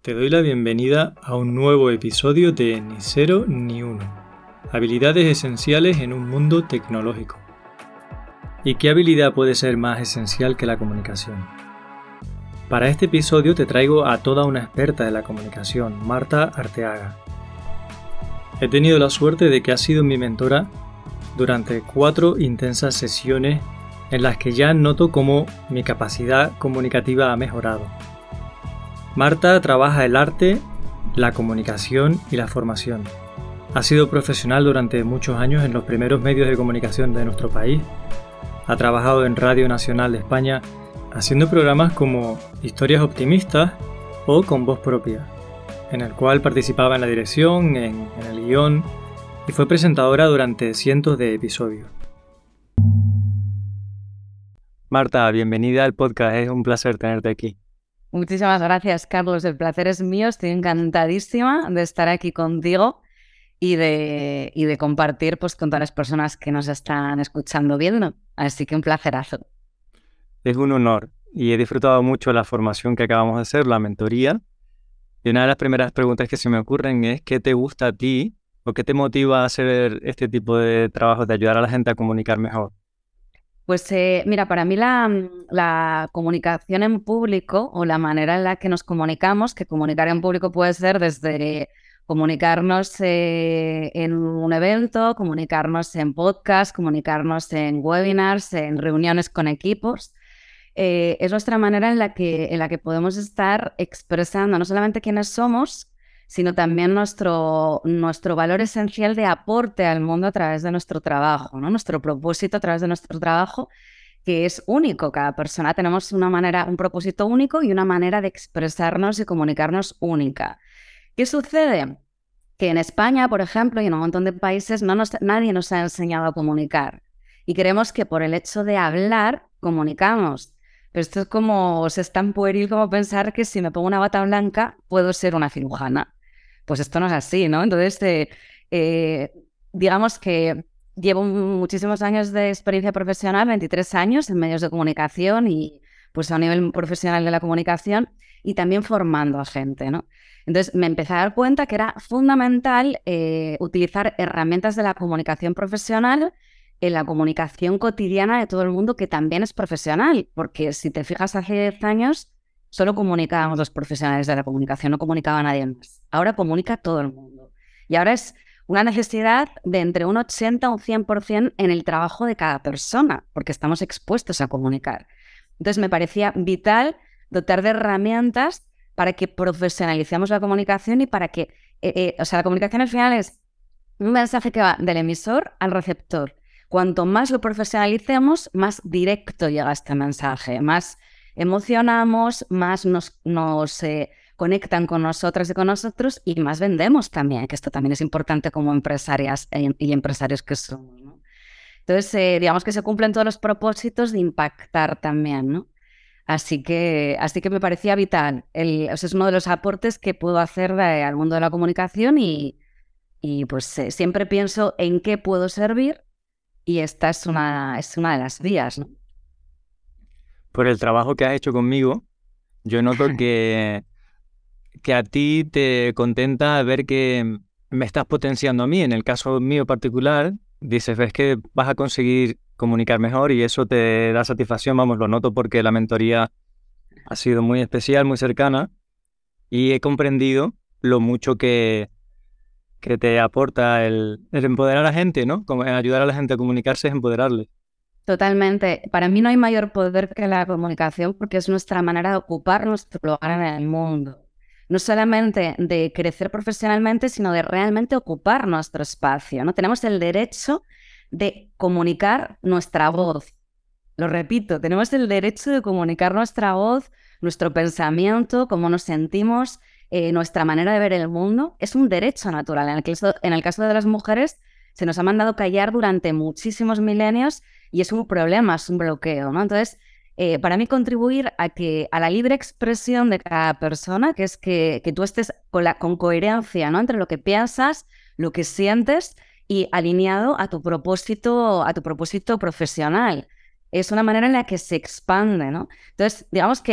Te doy la bienvenida a un nuevo episodio de Ni Cero ni Uno. Habilidades esenciales en un mundo tecnológico. ¿Y qué habilidad puede ser más esencial que la comunicación? Para este episodio te traigo a toda una experta de la comunicación, Marta Arteaga. He tenido la suerte de que ha sido mi mentora durante 4 intensas sesiones en las que ya noto cómo mi capacidad comunicativa ha mejorado. Marta trabaja el arte, la comunicación y la formación. Ha sido profesional durante muchos años en los primeros medios de comunicación de nuestro país. Ha trabajado en Radio Nacional de España haciendo programas como Historias Optimistas o Con Voz Propia, en el cual participaba en la dirección, en el guión y fue presentadora durante cientos de episodios. Marta, bienvenida al podcast, es un placer tenerte aquí. Muchísimas gracias, Carlos. El placer es mío. Estoy encantadísima de estar aquí contigo y de compartir pues, con todas las personas que nos están escuchando viendo. Así que un placerazo. Es un honor y he disfrutado mucho la formación que acabamos de hacer, la mentoría. Y una de las primeras preguntas que se me ocurren es ¿qué te gusta a ti o qué te motiva a hacer este tipo de trabajos de ayudar a la gente a comunicar mejor? Pues mira, para mí la comunicación en público o la manera en la que nos comunicamos, que comunicar en público puede ser desde comunicarnos en un evento, comunicarnos en podcast, comunicarnos en webinars, en reuniones con equipos, es nuestra manera en la que podemos estar expresando no solamente quiénes somos, sino también nuestro valor esencial de aporte al mundo a través de nuestro trabajo, ¿no? Nuestro propósito a través de nuestro trabajo, que es único. Cada persona tenemos un propósito único y una manera de expresarnos y comunicarnos única. ¿Qué sucede? Que en España, por ejemplo, y en un montón de países, nadie nos ha enseñado a comunicar. Y creemos que por el hecho de hablar, comunicamos. Pero esto es tan pueril como pensar que si me pongo una bata blanca, puedo ser una cirujana. Pues esto no es así, ¿no? Entonces, digamos que llevo muchísimos años de experiencia profesional, 23 años en medios de comunicación y pues a nivel profesional de la comunicación y también formando a gente, ¿no? Entonces me empecé a dar cuenta que era fundamental utilizar herramientas de la comunicación profesional en la comunicación cotidiana de todo el mundo que también es profesional, porque si te fijas hace 10 años solo comunicábamos los profesionales de la comunicación, no comunicaba nadie más. Ahora comunica todo el mundo. Y ahora es una necesidad de entre un 80 o un 100% en el trabajo de cada persona, porque estamos expuestos a comunicar. Entonces me parecía vital dotar de herramientas para que profesionalicemos la comunicación y para que, la comunicación al final es un mensaje que va del emisor al receptor. Cuanto más lo profesionalicemos, más directo llega este mensaje, más emocionamos, más nos conectan con nosotras y con nosotros y más vendemos también, que esto también es importante como empresarias y empresarios que somos, ¿no? Entonces, digamos que se cumplen todos los propósitos de impactar también, ¿no? Así que me parecía vital. Es uno de los aportes que puedo hacer al mundo de la comunicación y pues siempre pienso en qué puedo servir y esta es una de las vías, ¿no? Por el trabajo que has hecho conmigo, yo noto que a ti te contenta ver que me estás potenciando a mí. En el caso mío particular, dices, ves que vas a conseguir comunicar mejor y eso te da satisfacción. Vamos, lo noto porque la mentoría ha sido muy especial, muy cercana y he comprendido lo mucho que te aporta el empoderar a la gente, ¿no? Como ayudar a la gente a comunicarse es empoderarles. Totalmente. Para mí no hay mayor poder que la comunicación porque es nuestra manera de ocupar nuestro lugar en el mundo. No solamente de crecer profesionalmente, sino de realmente ocupar nuestro espacio, ¿no? Tenemos el derecho de comunicar nuestra voz. Lo repito, tenemos el derecho de comunicar nuestra voz, nuestro pensamiento, cómo nos sentimos, nuestra manera de ver el mundo. Es un derecho natural. En el caso de las mujeres, se nos ha mandado callar durante muchísimos milenios y es un problema, es un bloqueo, ¿no? Entonces, para mí contribuir a la libre expresión de cada persona, que es que tú estés con coherencia, ¿no? Entre lo que piensas, lo que sientes y alineado a tu propósito profesional. Es una manera en la que se expande, ¿no? Entonces, digamos que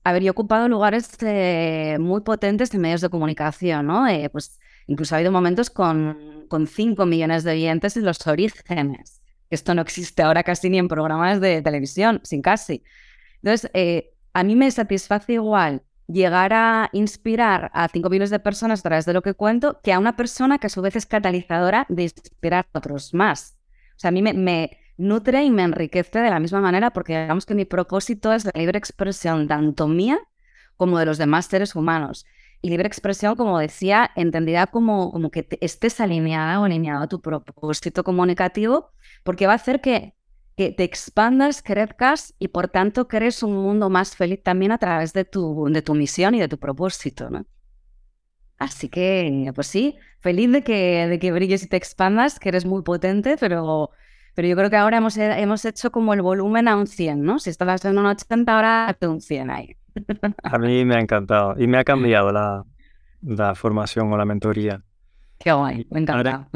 a ver, yo he ocupado lugares muy potentes en medios de comunicación, ¿no? Pues incluso ha habido momentos con 5 millones de oyentes en Los Orígenes. Esto no existe ahora casi ni en programas de televisión, sin casi. Entonces, a mí me satisface igual llegar a inspirar a 5 millones de personas a través de lo que cuento que a una persona que a su vez es catalizadora de inspirar a otros más. O sea, a mí me nutre y me enriquece de la misma manera porque digamos que mi propósito es la libre expresión tanto mía como de los demás seres humanos. Y libre expresión, como decía, entendida como que estés alineada o alineado a tu propósito comunicativo, porque va a hacer que te expandas, crezcas y por tanto crees un mundo más feliz también a través de tu misión y de tu propósito, ¿no? Así que, pues sí, feliz de que brilles y te expandas, que eres muy potente, pero yo creo que ahora hemos hecho como el volumen a un 100, ¿no? Si estabas en un 80, ahora hazte un 100 ahí. A mí me ha encantado y me ha cambiado la formación o la mentoría. Qué guay, Y me ahora, encanta.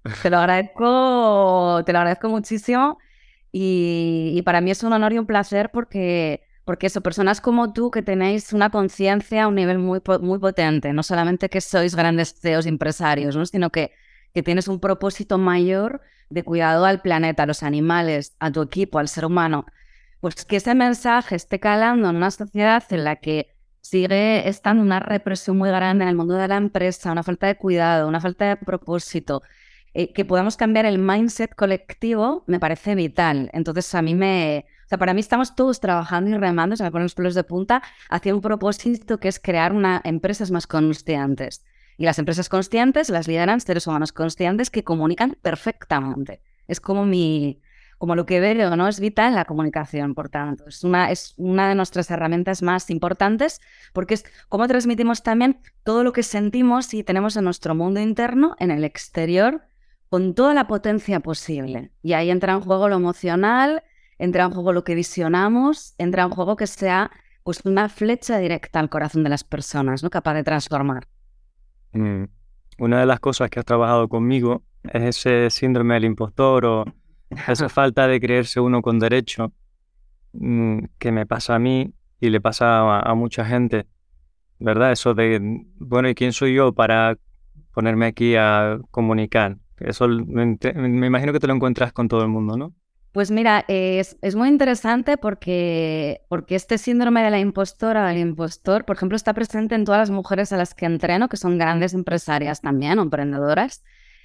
Te lo agradezco muchísimo y para mí es un honor y un placer porque eso, personas como tú que tenéis una conciencia a un nivel muy potente, no solamente que sois grandes CEOs y empresarios, ¿no? Sino que tienes un propósito mayor de cuidado al planeta, a los animales, a tu equipo, al ser humano. Pues que ese mensaje esté calando en una sociedad en la que sigue estando una represión muy grande en el mundo de la empresa, una falta de cuidado, una falta de propósito, que podamos cambiar el mindset colectivo me parece vital. Entonces o sea, para mí estamos todos trabajando y remando, se me ponen los pelos de punta, hacia un propósito que es crear empresas más conscientes. Y las empresas conscientes las lideran seres humanos conscientes que comunican perfectamente. Es como lo que veo, ¿no? Es vital la comunicación, por tanto. Es una de nuestras herramientas más importantes porque es cómo transmitimos también todo lo que sentimos y tenemos en nuestro mundo interno, en el exterior, con toda la potencia posible. Y ahí entra en juego lo emocional, entra en juego lo que visionamos, entra en juego que sea pues una flecha directa al corazón de las personas, ¿no? Capaz de transformar. Una de las cosas que has trabajado conmigo es ese síndrome del impostor o esa falta de creerse uno con derecho, que me pasa a mí y le pasa a mucha gente, ¿verdad? Eso de, bueno, ¿y quién soy yo para ponerme aquí a comunicar? Eso me imagino que te lo encuentras con todo el mundo, ¿no? Pues mira, es muy interesante porque este síndrome de la impostora o del impostor, por ejemplo, está presente en todas las mujeres a las que entreno, que son grandes empresarias también, o emprendedoras,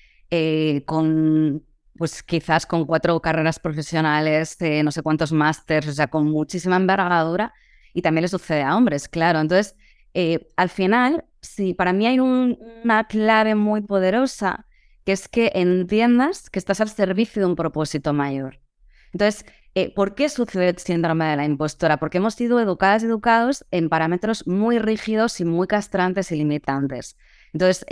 pues quizás con 4 carreras profesionales, no sé cuántos másters, o sea, con muchísima envergadura, y también le sucede a hombres, claro. Entonces, al final, sí, para mí hay una clave muy poderosa, que es que entiendas que estás al servicio de un propósito mayor. Entonces, ¿por qué sucede el síndrome de la impostora? Porque hemos sido educadas y educados en parámetros muy rígidos y muy castrantes y limitantes. Entonces,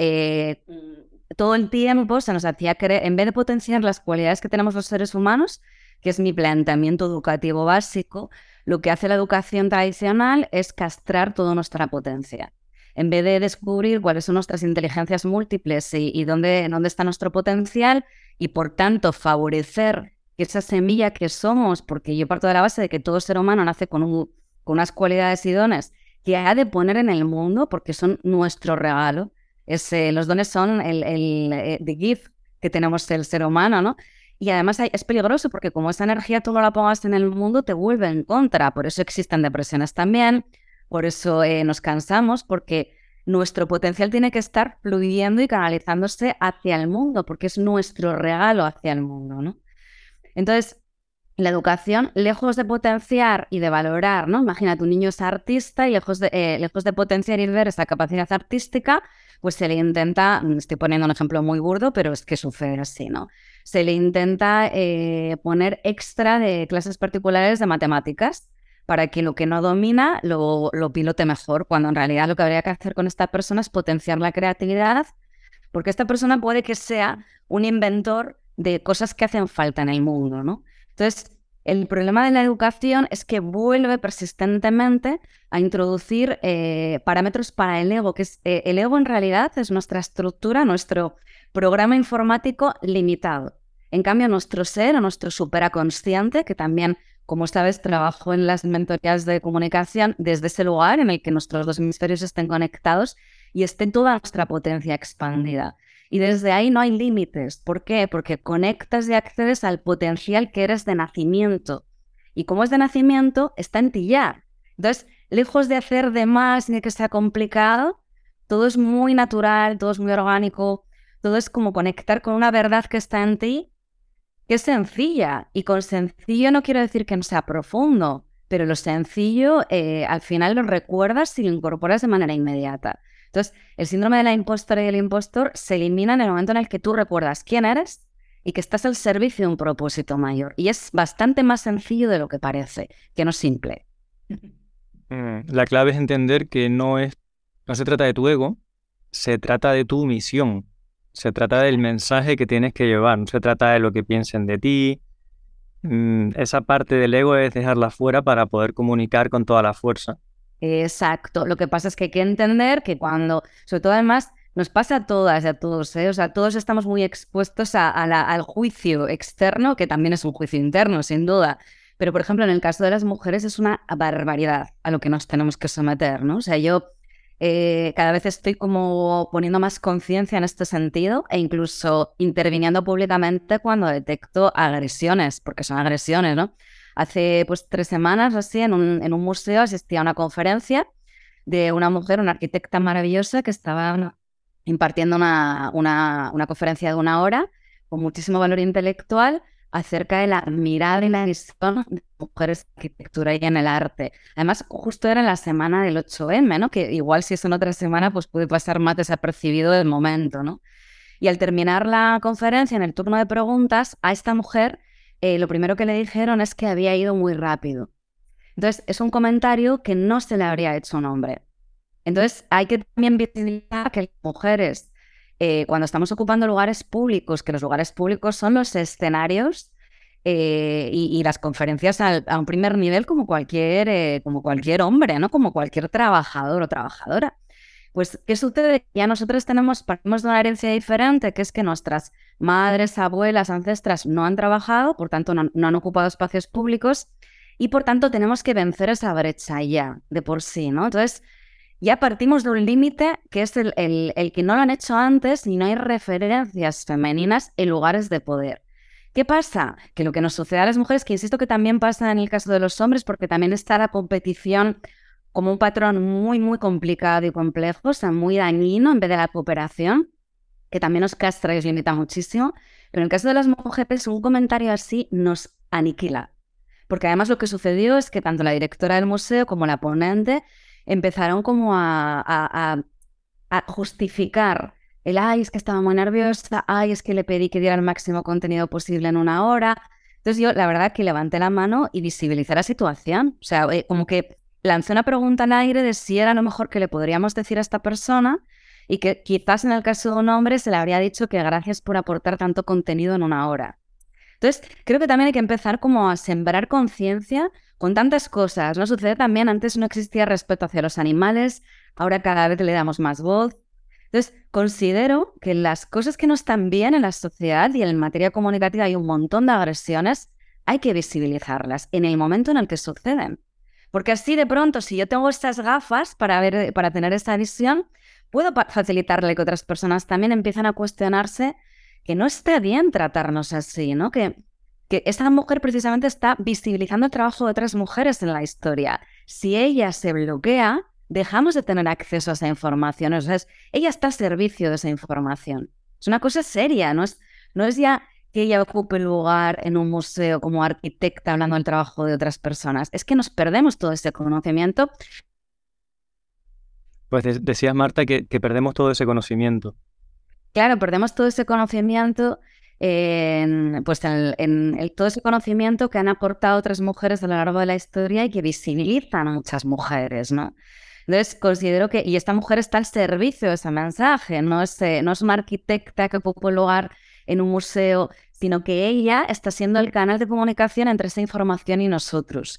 todo el tiempo se nos hacía creer, en vez de potenciar las cualidades que tenemos los seres humanos, que es mi planteamiento educativo básico, lo que hace la educación tradicional es castrar toda nuestra potencia. En vez de descubrir cuáles son nuestras inteligencias múltiples y dónde está nuestro potencial y, por tanto, favorecer que esa semilla que somos, porque yo parto de la base de que todo ser humano nace con unas cualidades y dones que ha de poner en el mundo porque son nuestro regalo. Los dones son the gift que tenemos el ser humano, ¿no? Y además es peligroso porque como esa energía tú no la pongas en el mundo te vuelve en contra. Por eso existen depresiones también, por eso nos cansamos, porque nuestro potencial tiene que estar fluyendo y canalizándose hacia el mundo, porque es nuestro regalo hacia el mundo, ¿no? Entonces, la educación, lejos de potenciar y de valorar, ¿no? Imagínate, un niño es artista y lejos de potenciar y ver esa capacidad artística, pues se le intenta, estoy poniendo un ejemplo muy burdo, pero es que sucede así, ¿no? Se le intenta poner extra de clases particulares de matemáticas para que lo que no domina lo pilote mejor, cuando en realidad lo que habría que hacer con esta persona es potenciar la creatividad, porque esta persona puede que sea un inventor de cosas que hacen falta en el mundo, ¿no? Entonces, el problema de la educación es que vuelve persistentemente a introducir parámetros para el ego, que es el ego en realidad es nuestra estructura, nuestro programa informático limitado. En cambio, nuestro ser, o nuestro superaconsciente, que también como sabes, trabajo en las mentorías de comunicación desde ese lugar en el que nuestros dos hemisferios estén conectados y esté toda nuestra potencia expandida. Y desde ahí no hay límites. ¿Por qué? Porque conectas y accedes al potencial que eres de nacimiento. Y como es de nacimiento, está en ti ya. Entonces, lejos de hacer de más ni que sea complicado, todo es muy natural, todo es muy orgánico, todo es como conectar con una verdad que está en ti, que es sencilla. Y con sencillo no quiero decir que no sea profundo, pero lo sencillo al final lo recuerdas y lo incorporas de manera inmediata. Entonces, el síndrome de la impostora y el impostor se elimina en el momento en el que tú recuerdas quién eres y que estás al servicio de un propósito mayor. Y es bastante más sencillo de lo que parece, que no es simple. La clave es entender que no se trata de tu ego, se trata de tu misión, se trata del mensaje que tienes que llevar, no se trata de lo que piensen de ti. Esa parte del ego es dejarla fuera para poder comunicar con toda la fuerza. Exacto. Lo que pasa es que hay que entender que cuando, sobre todo además, nos pasa a todas y a todos, ¿eh? O sea, todos estamos muy expuestos al juicio externo, que también es un juicio interno, sin duda. Pero, por ejemplo, en el caso de las mujeres es una barbaridad a lo que nos tenemos que someter, ¿no? O sea, yo cada vez estoy como poniendo más conciencia en este sentido e incluso interviniendo públicamente cuando detecto agresiones, porque son agresiones, ¿no? Hace pues 3 semanas así en un museo asistí a una conferencia de una mujer, una arquitecta maravillosa que estaba impartiendo una conferencia de 1 hora con muchísimo valor intelectual acerca de la mirada y la visión de mujeres en la arquitectura y en el arte. Además, justo era en la semana del 8M, ¿no? Que igual si es en otra semana, pues puede pasar más desapercibido del momento, ¿no? Y al terminar la conferencia, en el turno de preguntas, a esta mujer lo primero que le dijeron es que había ido muy rápido. Entonces, es un comentario que no se le habría hecho a un hombre. Entonces, hay que también visibilizar que las mujeres, cuando estamos ocupando lugares públicos, que los lugares públicos son los escenarios y las conferencias a un primer nivel como cualquier hombre, ¿no? Como cualquier trabajador o trabajadora. Pues, ¿qué sucede? Ya nosotros partimos de una herencia diferente, que es que nuestras madres, abuelas, ancestras no han trabajado, por tanto no han ocupado espacios públicos y por tanto tenemos que vencer esa brecha ya, de por sí, ¿no? Entonces, ya partimos de un límite que es el que no lo han hecho antes y no hay referencias femeninas en lugares de poder. ¿Qué pasa? Que lo que nos sucede a las mujeres, que insisto que también pasa en el caso de los hombres, porque también está la competición como un patrón muy, muy complicado y complejo, o sea, muy dañino en vez de la cooperación, que también nos castra y os limita muchísimo. Pero en el caso de las mujeres, un comentario así nos aniquila. Porque además lo que sucedió es que tanto la directora del museo como la ponente empezaron como a justificar el ay, es que estaba muy nerviosa, ay, es que le pedí que diera el máximo contenido posible en 1 hora. Entonces yo, la verdad, que levanté la mano y visibilicé la situación. O sea, como que lancé una pregunta al aire de si era lo mejor que le podríamos decir a esta persona y que quizás en el caso de un hombre se le habría dicho que gracias por aportar tanto contenido en 1 hora. Entonces, creo que también hay que empezar como a sembrar conciencia con tantas cosas. ¿No sucede también? Antes no existía respeto hacia los animales, ahora cada vez le damos más voz. Entonces, considero que las cosas que no están bien en la sociedad y en materia comunicativa hay un montón de agresiones, hay que visibilizarlas en el momento en el que suceden. Porque así de pronto, si yo tengo estas gafas para tener esta visión, puedo facilitarle que otras personas también empiezan a cuestionarse que no está bien tratarnos así, ¿no? Que esta mujer precisamente está visibilizando el trabajo de otras mujeres en la historia. Si ella se bloquea, dejamos de tener acceso a esa información. O sea, ella está al servicio de esa información. Es una cosa seria, no es ya que ella ocupe lugar en un museo como arquitecta hablando del trabajo de otras personas. Es que nos perdemos todo ese conocimiento. Pues decías, Marta, que perdemos todo ese conocimiento. Claro, perdemos todo ese conocimiento, todo ese conocimiento que han aportado otras mujeres a lo largo de la historia y que visibilizan a muchas mujeres, ¿no? Entonces, considero que, y esta mujer está al servicio de ese mensaje, no es una arquitecta que ocupa un lugar en un museo, sino que ella está siendo el canal de comunicación entre esa información y nosotros.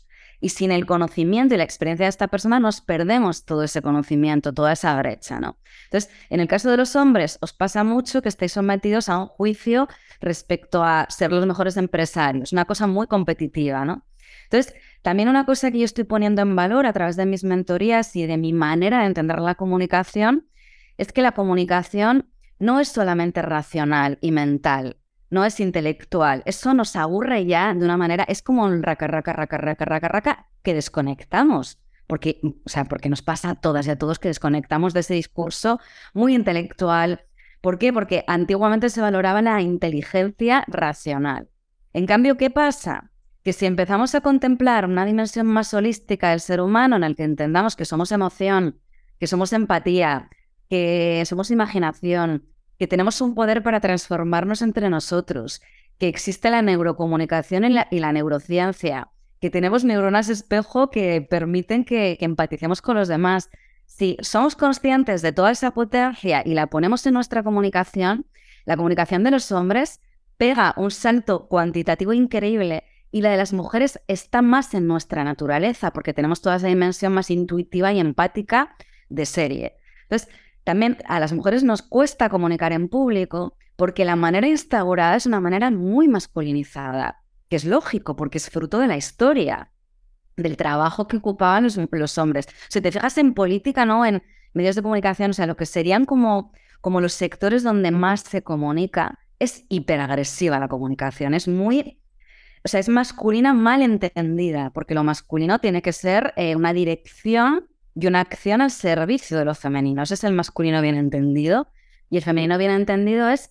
Y sin el conocimiento y la experiencia de esta persona nos perdemos todo ese conocimiento, toda esa brecha, ¿no? Entonces, en el caso de los hombres, os pasa mucho que estáis sometidos a un juicio respecto a ser los mejores empresarios, una cosa muy competitiva, ¿no? Entonces, también una cosa que yo estoy poniendo en valor a través de mis mentorías y de mi manera de entender la comunicación es que la comunicación no es solamente racional y mental, no es intelectual. Eso nos aburre ya de una manera, es como un raca, que desconectamos. Porque nos pasa a todas y a todos que desconectamos de ese discurso muy intelectual. ¿Por qué? Porque antiguamente se valoraba la inteligencia racional. En cambio, ¿qué pasa? Que si empezamos a contemplar una dimensión más holística del ser humano en el que entendamos que somos emoción, que somos empatía, que somos imaginación, que tenemos un poder para transformarnos entre nosotros, que existe la neurocomunicación y la neurociencia, que tenemos neuronas espejo que permiten que empaticemos con los demás. Si somos conscientes de toda esa potencia y la ponemos en nuestra comunicación, la comunicación de los hombres pega un salto cuantitativo increíble y la de las mujeres está más en nuestra naturaleza porque tenemos toda esa dimensión más intuitiva y empática de serie. Entonces, también a las mujeres nos cuesta comunicar en público porque la manera instaurada es una manera muy masculinizada, que es lógico porque es fruto de la historia, del trabajo que ocupaban los hombres. Si te fijas en política, ¿no? En medios de comunicación, o sea, lo que serían como los sectores donde más se comunica, es hiperagresiva la comunicación, es muy... O sea, es masculina mal entendida, porque lo masculino tiene que ser una dirección y una acción al servicio de lo femenino. Ese es el masculino bien entendido. Y el femenino bien entendido es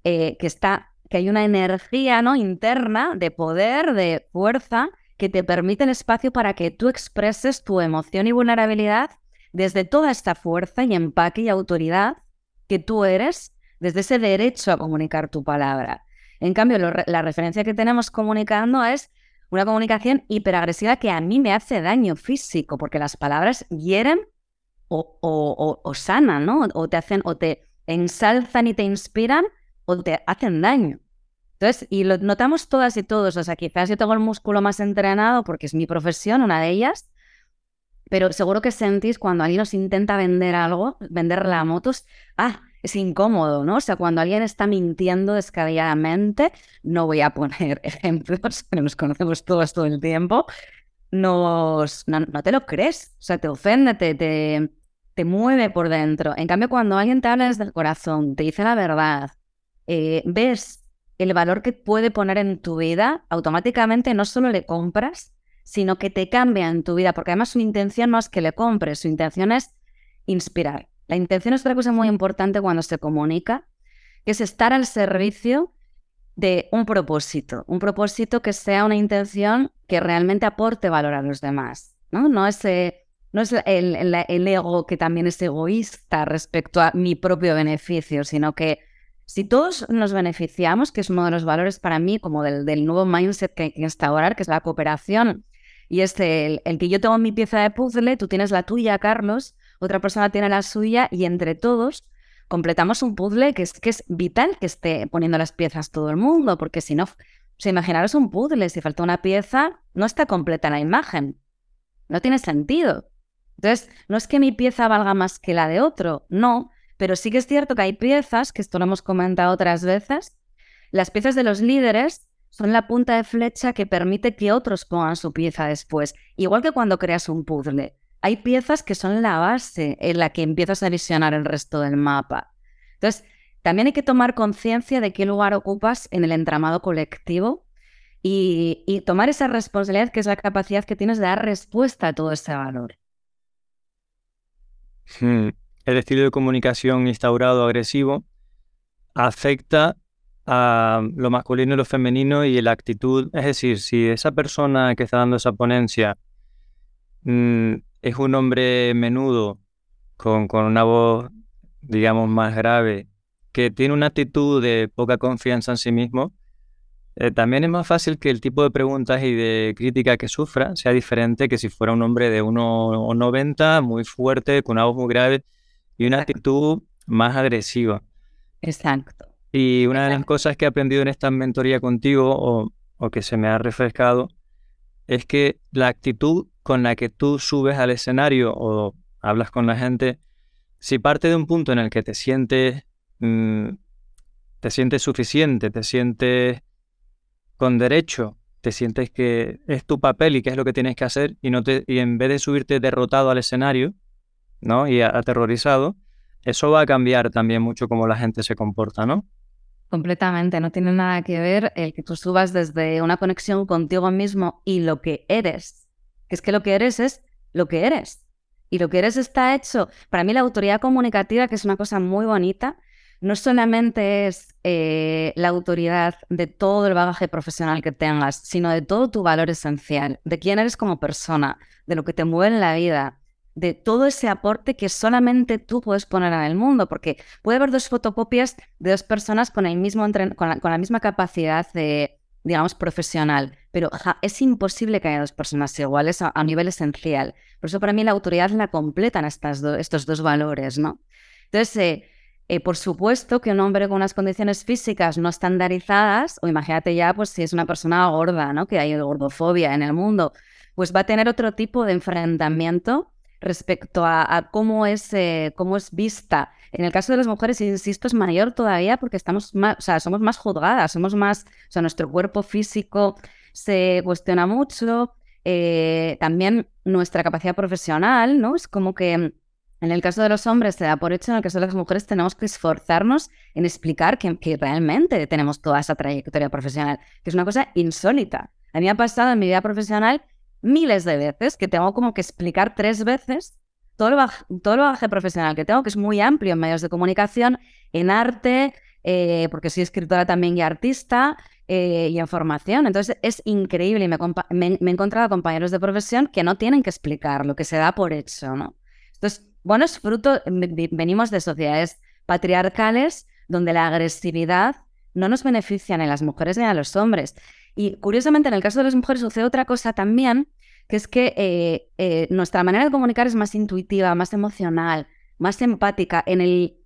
que hay una energía, ¿no?, interna de poder, de fuerza, que te permite el espacio para que tú expreses tu emoción y vulnerabilidad desde toda esta fuerza y empaque y autoridad que tú eres, desde ese derecho a comunicar tu palabra. En cambio, la referencia que tenemos comunicando es una comunicación hiperagresiva que a mí me hace daño físico, porque las palabras hieren o sanan, ¿no? O te ensalzan y te inspiran o te hacen daño. Entonces, y lo notamos todas y todos. O sea, quizás yo tengo el músculo más entrenado porque es mi profesión, una de ellas, pero seguro que sentís cuando alguien os intenta vender algo, vender la motos, es incómodo, ¿no? O sea, cuando alguien está mintiendo descabelladamente, no voy a poner ejemplos, que nos conocemos todos todo el tiempo, no te lo crees, o sea, te ofende, te mueve por dentro. En cambio, cuando alguien te habla desde el corazón, te dice la verdad, ves el valor que puede poner en tu vida, automáticamente no solo le compras, sino que te cambia en tu vida, porque además su intención no es que le compres, su intención es inspirar. La intención es otra cosa muy importante cuando se comunica, que es estar al servicio de un propósito que sea una intención que realmente aporte valor a los demás, ¿no? No es el ego que también es egoísta respecto a mi propio beneficio, sino que si todos nos beneficiamos, que es uno de los valores para mí como del nuevo mindset que hay que instaurar, que es la cooperación, y es el que yo tengo mi pieza de puzzle, tú tienes la tuya, Carlos, otra persona tiene la suya y entre todos completamos un puzzle que es vital que esté poniendo las piezas todo el mundo, porque si no, imaginaros un puzzle, si falta una pieza, no está completa la imagen, no tiene sentido. Entonces, no es que mi pieza valga más que la de otro, no, pero sí que es cierto que hay piezas, que esto lo hemos comentado otras veces, las piezas de los líderes son la punta de flecha que permite que otros pongan su pieza después, igual que cuando creas un puzzle. Hay piezas que son la base en la que empiezas a visionar el resto del mapa. Entonces, también hay que tomar conciencia de qué lugar ocupas en el entramado colectivo y tomar esa responsabilidad, que es la capacidad que tienes de dar respuesta a todo ese valor. El estilo de comunicación instaurado agresivo afecta a lo masculino y lo femenino y la actitud. Es decir, si esa persona que está dando esa ponencia es un hombre menudo, con una voz, digamos, más grave, que tiene una actitud de poca confianza en sí mismo, también es más fácil que el tipo de preguntas y de crítica que sufra sea diferente que si fuera un hombre de 1,90, muy fuerte, con una voz muy grave y una actitud más agresiva. Exacto. Y una de las cosas que he aprendido en esta mentoría contigo, o que se me ha refrescado, es que la actitud con la que tú subes al escenario o hablas con la gente, si parte de un punto en el que te sientes suficiente, te sientes con derecho, te sientes que es tu papel y que es lo que tienes que hacer y en vez de subirte derrotado al escenario, ¿no? Y aterrorizado, eso va a cambiar también mucho cómo la gente se comporta, ¿no? Completamente, no tiene nada que ver el que tú subas desde una conexión contigo mismo y lo que eres. Que es que lo que eres es lo que eres. Y lo que eres está hecho. Para mí la autoridad comunicativa, que es una cosa muy bonita, no solamente es la autoridad de todo el bagaje profesional que tengas, sino de todo tu valor esencial, de quién eres como persona, de lo que te mueve en la vida, de todo ese aporte que solamente tú puedes poner en el mundo, porque puede haber dos fotocopias de dos personas con el mismo con la misma capacidad de, digamos, profesional, pero es imposible que haya dos personas iguales a nivel esencial. Por eso para mí la autoridad la completan estos dos valores, ¿no? Entonces, por supuesto que un hombre con unas condiciones físicas no estandarizadas, o imagínate ya pues si es una persona gorda, ¿no? Que hay gordofobia en el mundo, pues va a tener otro tipo de enfrentamiento respecto a cómo es vista. En el caso de las mujeres, insisto, es mayor todavía porque estamos más, o sea, somos más juzgadas, somos más, o sea, nuestro cuerpo físico se cuestiona mucho, también nuestra capacidad profesional, ¿no? Es como que en el caso de los hombres se da por hecho, en el caso de las mujeres tenemos que esforzarnos en explicar que realmente tenemos toda esa trayectoria profesional, que es una cosa insólita. A mí me ha pasado en mi vida profesional miles de veces que tengo como que explicar 3 veces todo el bagaje profesional que tengo, que es muy amplio en medios de comunicación, en arte, porque soy escritora también y artista, y en formación. Entonces es increíble y me he encontrado compañeros de profesión que no tienen que explicar lo que se da por hecho, ¿no? Entonces, bueno, es fruto, venimos de sociedades patriarcales donde la agresividad no nos beneficia ni a las mujeres ni a los hombres. Y curiosamente, en el caso de las mujeres sucede otra cosa también, que es que nuestra manera de comunicar es más intuitiva, más emocional, más empática. En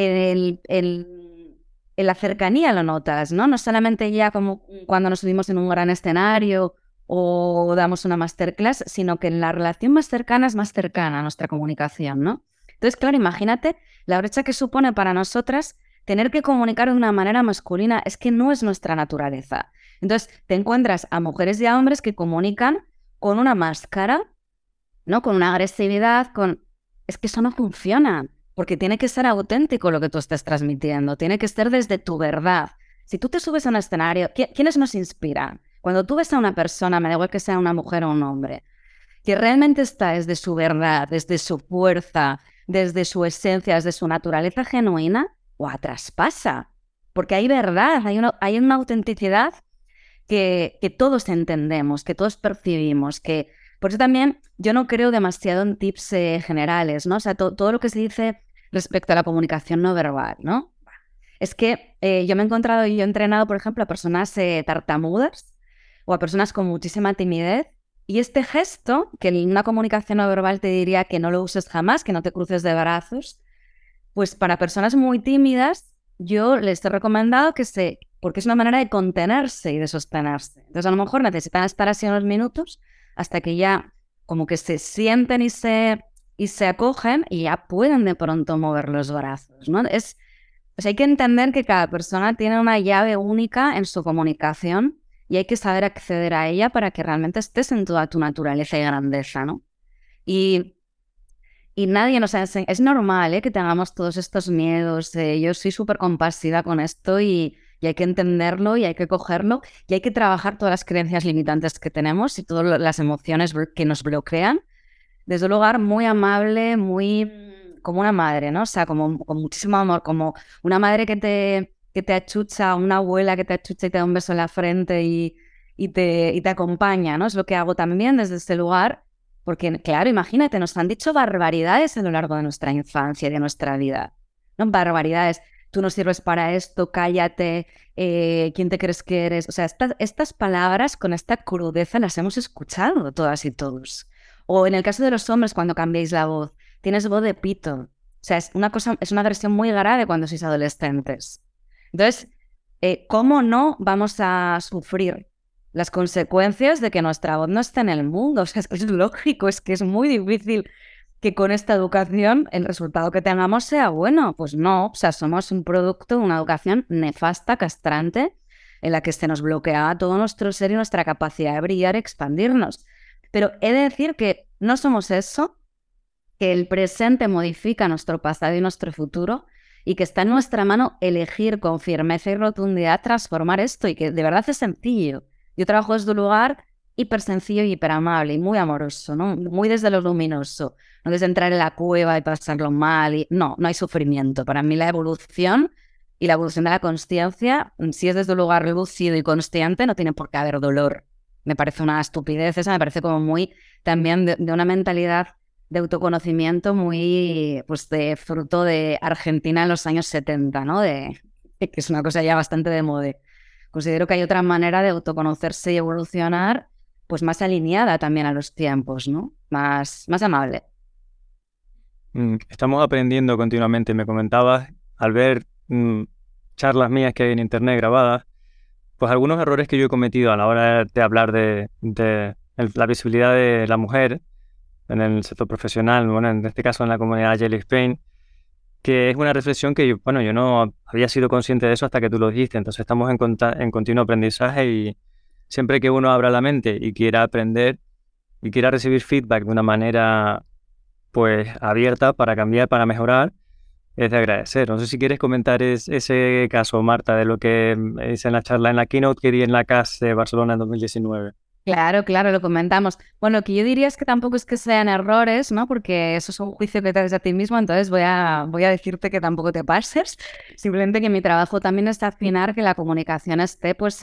la cercanía lo notas, ¿no? No solamente ya como cuando nos subimos en un gran escenario o damos una masterclass, sino que en la relación más cercana es más cercana a nuestra comunicación, ¿no? Entonces, claro, imagínate la brecha que supone para nosotras tener que comunicar de una manera masculina, es que no es nuestra naturaleza. Entonces, te encuentras a mujeres y a hombres que comunican con una máscara, ¿no? Con una agresividad, Es que eso no funciona, porque tiene que ser auténtico lo que tú estés transmitiendo, tiene que ser desde tu verdad. Si tú te subes a un escenario, ¿quiénes nos inspiran? Cuando tú ves a una persona, me da igual que sea una mujer o un hombre, que realmente está desde su verdad, desde su fuerza, desde su esencia, desde su naturaleza genuina, traspasa. Porque hay verdad, hay una autenticidad que todos entendemos, que todos percibimos, que por eso también yo no creo demasiado en tips generales, ¿no? O sea, todo lo que se dice respecto a la comunicación no verbal, ¿no? Es que yo me he encontrado y yo he entrenado, por ejemplo, a personas tartamudas o a personas con muchísima timidez, y este gesto, que en una comunicación no verbal te diría que no lo uses jamás, que no te cruces de brazos, pues para personas muy tímidas yo les he recomendado porque es una manera de contenerse y de sostenerse. Entonces a lo mejor necesitan estar así unos minutos hasta que ya como que se sienten y se acogen y ya pueden de pronto mover los brazos, ¿no? Hay que entender que cada persona tiene una llave única en su comunicación y hay que saber acceder a ella para que realmente estés en toda tu naturaleza y grandeza, ¿no? Y nadie nos enseña. Es normal que tengamos todos estos miedos. Yo soy súper compasiva con esto y hay que entenderlo y hay que cogerlo y hay que trabajar todas las creencias limitantes que tenemos y todas las emociones que nos bloquean. Desde un lugar muy amable, muy como una madre, ¿no? O sea, como con muchísimo amor, como una madre que te achucha, una abuela que te achucha y te da un beso en la frente y te acompaña, ¿no? Es lo que hago también desde este lugar. Porque, claro, imagínate, nos han dicho barbaridades a lo largo de nuestra infancia y de nuestra vida, ¿no? Barbaridades. Tú no sirves para esto, cállate, ¿quién te crees que eres? O sea, estas palabras con esta crudeza las hemos escuchado todas y todos. O en el caso de los hombres, cuando cambiáis la voz, tienes voz de pito. O sea, es una agresión muy grave cuando sois adolescentes. Entonces, ¿cómo no vamos a sufrir las consecuencias de que nuestra voz no esté en el mundo. O sea, es que es lógico, es que es muy difícil que con esta educación el resultado que tengamos sea bueno. Pues no, o sea, somos un producto de una educación nefasta, castrante, en la que se nos bloquea todo nuestro ser y nuestra capacidad de brillar y expandirnos. Pero he de decir que no somos eso, que el presente modifica nuestro pasado y nuestro futuro, y que está en nuestra mano elegir con firmeza y rotundidad transformar esto, y que de verdad es sencillo. Yo trabajo desde un lugar hiper sencillo y hiper amable y muy amoroso, ¿no? Muy desde lo luminoso, no desde entrar en la cueva y pasarlo mal. No hay sufrimiento. Para mí la evolución y la evolución de la consciencia, si es desde un lugar lúcido y consciente, no tiene por qué haber dolor. Me parece una estupidez esa, me parece como muy también de una mentalidad de autoconocimiento muy, pues, de fruto de Argentina en los años 70, ¿no? Que es una cosa ya bastante de moda. Considero que hay otra manera de autoconocerse y evolucionar, pues más alineada también a los tiempos, ¿no? Más amable. Estamos aprendiendo continuamente. Me comentabas, al ver charlas mías que hay en internet grabadas, pues algunos errores que yo he cometido a la hora de hablar de la visibilidad de la mujer en el sector profesional, bueno, en este caso en la comunidad Jelly Spain, que es una reflexión que yo no había sido consciente de eso hasta que tú lo dijiste. Entonces estamos en continuo aprendizaje, y siempre que uno abra la mente y quiera aprender y quiera recibir feedback de una manera pues abierta para cambiar, para mejorar, es de agradecer. No sé si quieres comentar ese caso, Marta, de lo que hice en la charla, en la keynote que di en la CAS de Barcelona en 2019. Claro, lo comentamos. Bueno, lo que yo diría es que tampoco es que sean errores, ¿no? Porque eso es un juicio que te haces a ti mismo, entonces voy a decirte que tampoco te pases. Simplemente que mi trabajo también es afinar que la comunicación esté pues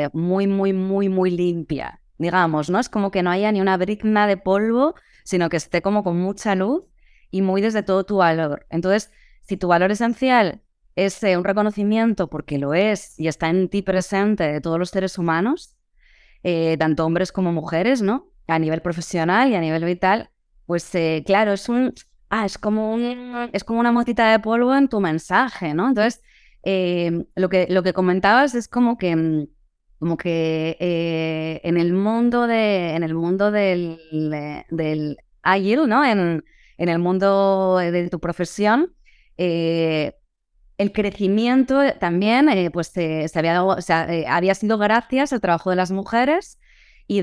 muy limpia, digamos, ¿no? Es como que no haya ni una brizna de polvo, sino que esté como con mucha luz y muy desde todo tu valor. Entonces, si tu valor esencial es un reconocimiento, porque lo es y está en ti presente de todos los seres humanos, tanto hombres como mujeres, ¿no? A nivel profesional y a nivel vital, pues claro, es como una motita de polvo en tu mensaje, ¿no? Entonces, lo que comentabas es como que en el mundo del agile, ¿no? En el mundo de tu profesión, el crecimiento también había sido gracias al trabajo de las mujeres y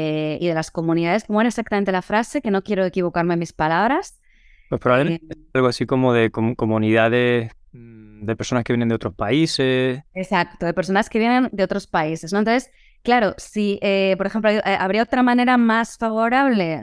de las comunidades. ¿Cómo era exactamente la frase? Que no quiero equivocarme en mis palabras. Pues probablemente algo así como de comunidades de personas que vienen de otros países. Exacto, de personas que vienen de otros países, ¿no? Entonces, claro, si, por ejemplo, habría otra manera más favorable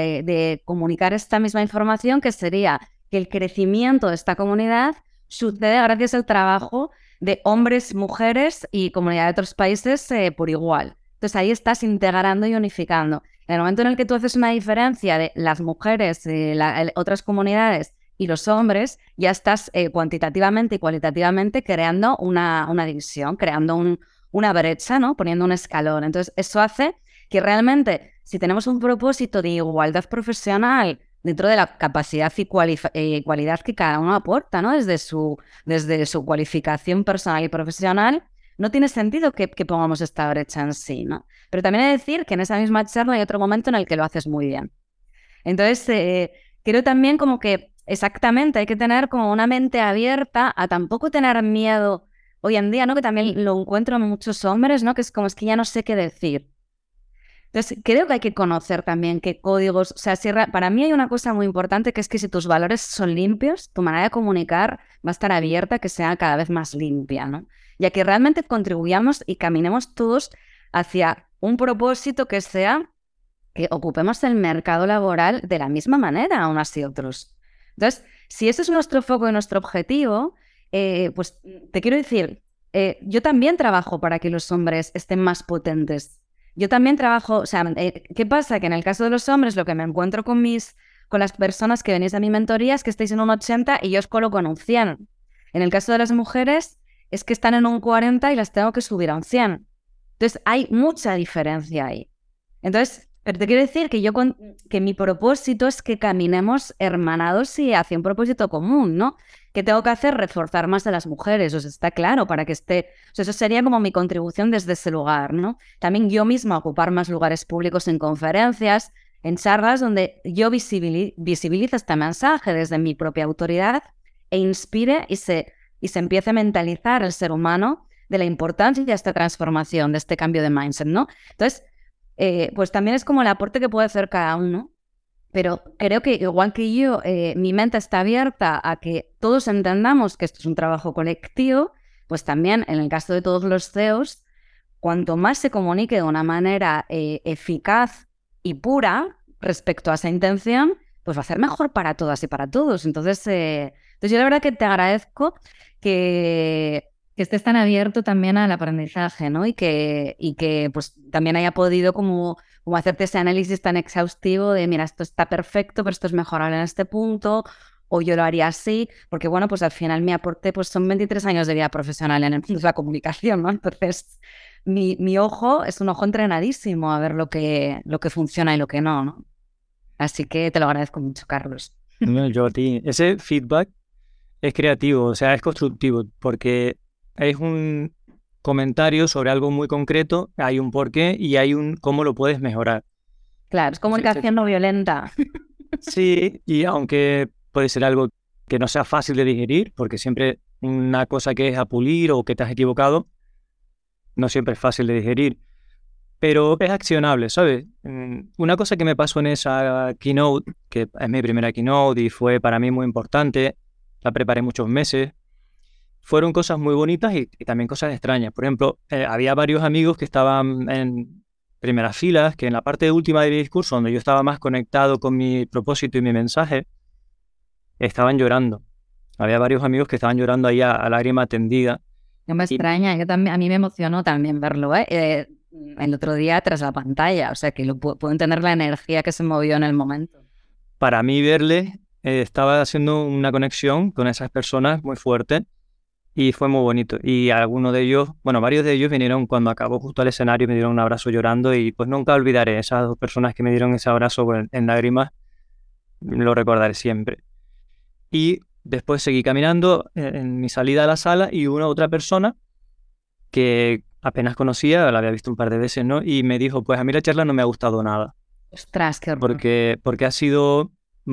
de comunicar esta misma información, que sería que el crecimiento de esta comunidad sucede gracias al trabajo de hombres, mujeres y comunidad de otros países por igual. Entonces ahí estás integrando y unificando. En el momento en el que tú haces una diferencia de las mujeres, otras comunidades y los hombres, ya estás cuantitativamente y cualitativamente creando una división, creando una brecha, ¿no? Poniendo un escalón. Entonces eso hace que realmente, si tenemos un propósito de igualdad profesional dentro de la capacidad y cualidad que cada uno aporta, ¿no? Desde su cualificación personal y profesional, no tiene sentido que pongamos esta brecha en sí, ¿no? Pero también he de decir que en esa misma charla hay otro momento en el que lo haces muy bien. Entonces, creo también como que exactamente hay que tener como una mente abierta a tampoco tener miedo hoy en día, ¿no? Que también lo encuentro en muchos hombres, ¿no? Que es que ya no sé qué decir. Entonces, creo que hay que conocer también qué códigos, o sea, para mí hay una cosa muy importante, que es que si tus valores son limpios, tu manera de comunicar va a estar abierta, que sea cada vez más limpia, ¿no? Ya que realmente contribuyamos y caminemos todos hacia un propósito que sea que ocupemos el mercado laboral de la misma manera unas y otros. Entonces, si ese es nuestro foco y nuestro objetivo, pues te quiero decir, yo también trabajo para que los hombres estén más potentes. Yo también trabajo, o sea, ¿qué pasa? Que en el caso de los hombres, lo que me encuentro con las personas que venís a mi mentoría es que estáis en un 80 y yo os coloco en un 100. En el caso de las mujeres, es que están en un 40 y las tengo que subir a un 100. Entonces, hay mucha diferencia ahí. Entonces, Pero te quiero decir que que mi propósito es que caminemos hermanados y hacia un propósito común, ¿no? ¿Qué tengo que hacer? Reforzar más a las mujeres, o sea, está claro, para que esté... O sea, eso sería como mi contribución desde ese lugar, ¿no? También yo misma ocupar más lugares públicos en conferencias, en charlas donde yo visibilice este mensaje desde mi propia autoridad e inspire y se empiece a mentalizar el ser humano de la importancia de esta transformación, de este cambio de mindset, ¿no? Entonces, pues también es como el aporte que puede hacer cada uno, pero creo que igual que yo, mi mente está abierta a que todos entendamos que esto es un trabajo colectivo, pues también en el caso de todos los CEOs, cuanto más se comunique de una manera eficaz y pura respecto a esa intención, pues va a ser mejor para todas y para todos. Entonces yo la verdad que te agradezco que estés tan abierto también al aprendizaje, ¿no? Y que pues también haya podido como hacerte ese análisis tan exhaustivo de, mira, esto está perfecto, pero esto es mejorable en este punto, o yo lo haría así, porque bueno, pues al final mi aporte pues son 23 años de vida profesional en el mundo de la comunicación, ¿no? Entonces, mi ojo es un ojo entrenadísimo a ver lo que funciona y lo que no, ¿no? Así que te lo agradezco mucho, Carlos. Bueno, yo a ti. Ese feedback es creativo, o sea, es constructivo, porque es un comentario sobre algo muy concreto, hay un porqué y hay un cómo lo puedes mejorar. Claro, es comunicación no violenta. Sí, y aunque puede ser algo que no sea fácil de digerir, porque siempre una cosa que es a pulir o que te has equivocado, no siempre es fácil de digerir, pero es accionable, ¿sabes? Una cosa que me pasó en esa keynote, que es mi primera keynote y fue para mí muy importante, la preparé muchos meses, fueron cosas muy bonitas y también cosas extrañas. Por ejemplo, había varios amigos que estaban en primeras filas, que en la parte última de mi discurso, donde yo estaba más conectado con mi propósito y mi mensaje, estaban llorando. Había varios amigos que estaban llorando ahí a lágrima tendida. No me extraña, yo también, a mí me emocionó también verlo, el otro día tras la pantalla, o sea que puedo entender la energía que se movió en el momento. Para mí verles, estaba haciendo una conexión con esas personas muy fuerte y fue muy bonito. Y algunos de ellos, bueno, varios de ellos vinieron cuando acabó justo el escenario y me dieron un abrazo llorando y pues nunca olvidaré esas dos personas que me dieron ese abrazo en lágrimas, lo recordaré siempre. Y después seguí caminando en mi salida a la sala y una otra persona que apenas conocía, la había visto un par de veces, ¿no? Y me dijo, pues a mí la charla no me ha gustado nada. Ostras, qué horror. Porque ha sido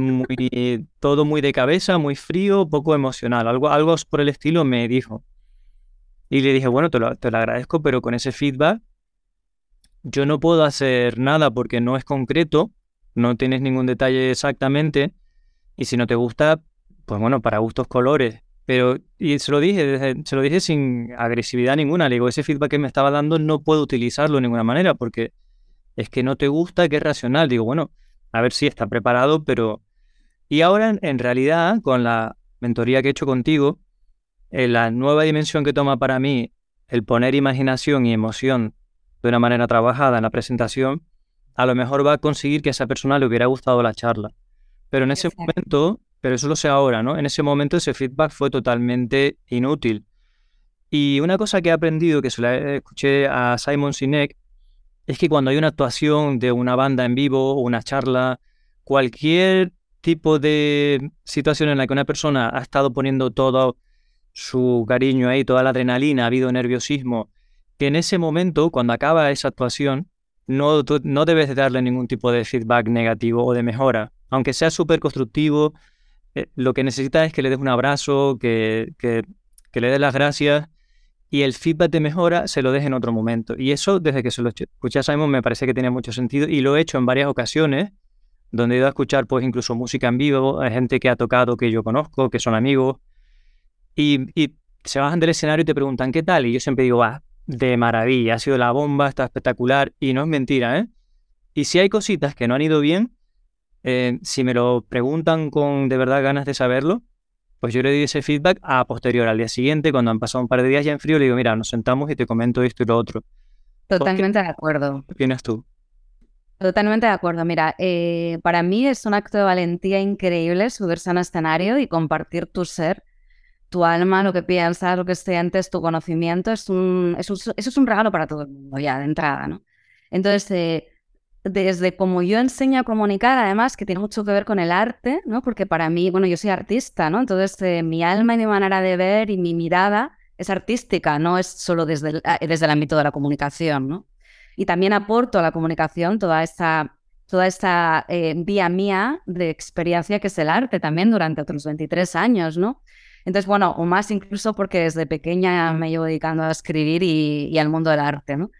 todo muy de cabeza, muy frío, poco emocional. Algo por el estilo me dijo. Y le dije, bueno, te lo agradezco, pero con ese feedback yo no puedo hacer nada porque no es concreto, no tienes ningún detalle exactamente, y si no te gusta, pues bueno, para gustos colores. Pero, y se lo dije sin agresividad ninguna. Le digo, ese feedback que me estaba dando no puedo utilizarlo de ninguna manera porque es que no te gusta, que es racional. Digo, bueno, a ver si está preparado, pero... Y ahora, en realidad, con la mentoría que he hecho contigo, la nueva dimensión que toma para mí el poner imaginación y emoción de una manera trabajada en la presentación, a lo mejor va a conseguir que a esa persona le hubiera gustado la charla. Pero en ese momento, pero eso lo sé ahora, ¿no? En ese momento ese feedback fue totalmente inútil. Y una cosa que he aprendido, que se la escuché a Simon Sinek, es que cuando hay una actuación de una banda en vivo o una charla, cualquier tipo de situación en la que una persona ha estado poniendo todo su cariño ahí, toda la adrenalina, ha habido nerviosismo, que en ese momento, cuando acaba esa actuación, no debes de darle ningún tipo de feedback negativo o de mejora. Aunque sea súper constructivo, lo que necesitas es que le des un abrazo, que le des las gracias y el feedback de mejora se lo des en otro momento. Y eso, desde que se lo escuché a Simon, me parece que tiene mucho sentido y lo he hecho en varias ocasiones, donde he ido a escuchar pues incluso música en vivo, hay gente que ha tocado que yo conozco, que son amigos, y se bajan del escenario y te preguntan ¿qué tal? Y yo siempre digo, de maravilla, ha sido la bomba, está espectacular, y no es mentira, ¿eh? Y si hay cositas que no han ido bien, si me lo preguntan con de verdad ganas de saberlo, pues yo le doy ese feedback a posterior, al día siguiente, cuando han pasado un par de días ya en frío, le digo, mira, nos sentamos y te comento esto y lo otro. Totalmente de acuerdo. ¿Qué opinas tú? Totalmente de acuerdo. Mira, para mí es un acto de valentía increíble subirse a un escenario y compartir tu ser, tu alma, lo que piensas, lo que sientes, tu conocimiento. Eso es un regalo para todo el mundo ya de entrada, ¿no? Entonces, desde como yo enseño a comunicar, además, que tiene mucho que ver con el arte, ¿no? Porque para mí, bueno, yo soy artista, ¿no? Entonces, mi alma y mi manera de ver y mi mirada es artística, no es solo desde el ámbito de la comunicación, ¿no? Y también aporto a la comunicación toda esta vía mía de experiencia que es el arte también durante otros 23 años, ¿no? Entonces, bueno, o más incluso porque desde pequeña me llevo dedicando a escribir y al mundo del arte, ¿no?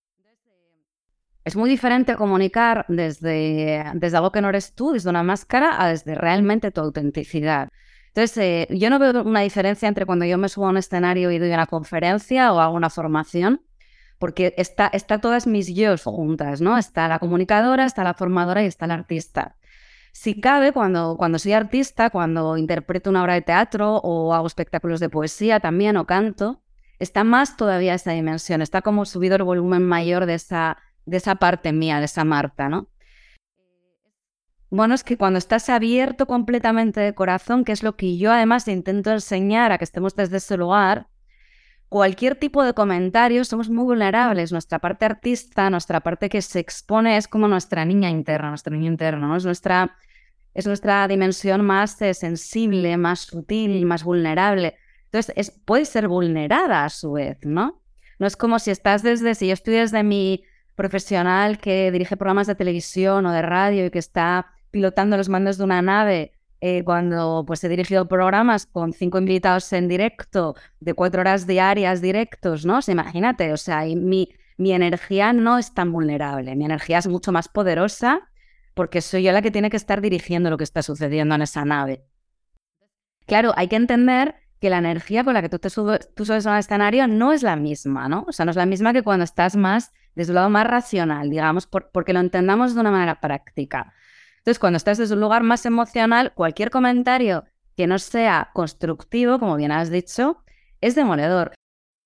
Es muy diferente comunicar desde algo que no eres tú, desde una máscara, a desde realmente tu autenticidad. Entonces, yo no veo una diferencia entre cuando yo me subo a un escenario y doy una conferencia o hago una formación, porque está todas mis yos juntas, ¿no? Está la comunicadora, está la formadora y está el artista. Si cabe, cuando soy artista, cuando interpreto una obra de teatro o hago espectáculos de poesía también o canto, está más todavía esa dimensión, está como subido el volumen mayor de esa parte mía, de esa Marta, ¿no? Bueno, es que cuando estás abierto completamente de corazón, que es lo que yo además intento enseñar a que estemos desde ese lugar, cualquier tipo de comentario somos muy vulnerables. Nuestra parte artista, nuestra parte que se expone es como nuestra niña interna, nuestro niño interno, ¿no? Es nuestra dimensión más sensible, más sutil, más vulnerable. Entonces, puede ser vulnerada a su vez, ¿no? No es como si yo estoy desde mi profesional que dirige programas de televisión o de radio y que está pilotando los mandos de una nave cuando pues he dirigido programas con 5 invitados en directo de 4 horas diarias directos, ¿no? O sea, imagínate, o sea, mi energía no es tan vulnerable, mi energía es mucho más poderosa porque soy yo la que tiene que estar dirigiendo lo que está sucediendo en esa nave. Claro, hay que entender que la energía con la que tú subes a un escenario no es la misma, ¿no? O sea, no es la misma que cuando estás más desde un lado más racional, digamos, porque lo entendamos de una manera práctica. Entonces, cuando estás desde un lugar más emocional, cualquier comentario que no sea constructivo, como bien has dicho, es demoledor.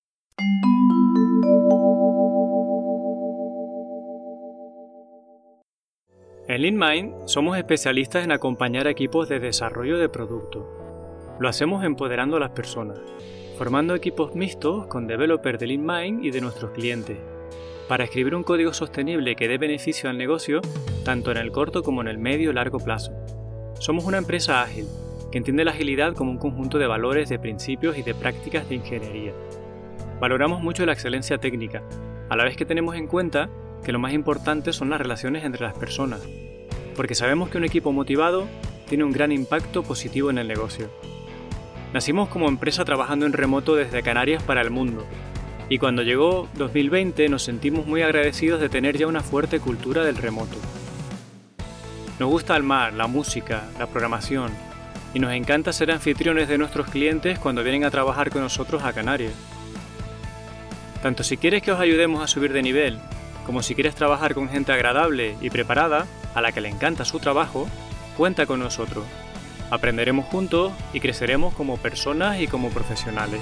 En LeanMind somos especialistas en acompañar a equipos de desarrollo de producto. Lo hacemos empoderando a las personas, formando equipos mixtos con developers de LeanMind y de nuestros clientes, para escribir un código sostenible que dé beneficio al negocio tanto en el corto como en el medio y largo plazo. Somos una empresa ágil, que entiende la agilidad como un conjunto de valores, de principios y de prácticas de ingeniería. Valoramos mucho la excelencia técnica, a la vez que tenemos en cuenta que lo más importante son las relaciones entre las personas, porque sabemos que un equipo motivado tiene un gran impacto positivo en el negocio. Nacimos como empresa trabajando en remoto desde Canarias para el mundo, y cuando llegó 2020 nos sentimos muy agradecidos de tener ya una fuerte cultura del remoto. Nos gusta el mar, la música, la programación, y nos encanta ser anfitriones de nuestros clientes cuando vienen a trabajar con nosotros a Canarias. Tanto si quieres que os ayudemos a subir de nivel, como si quieres trabajar con gente agradable y preparada, a la que le encanta su trabajo, cuenta con nosotros. Aprenderemos juntos y creceremos como personas y como profesionales.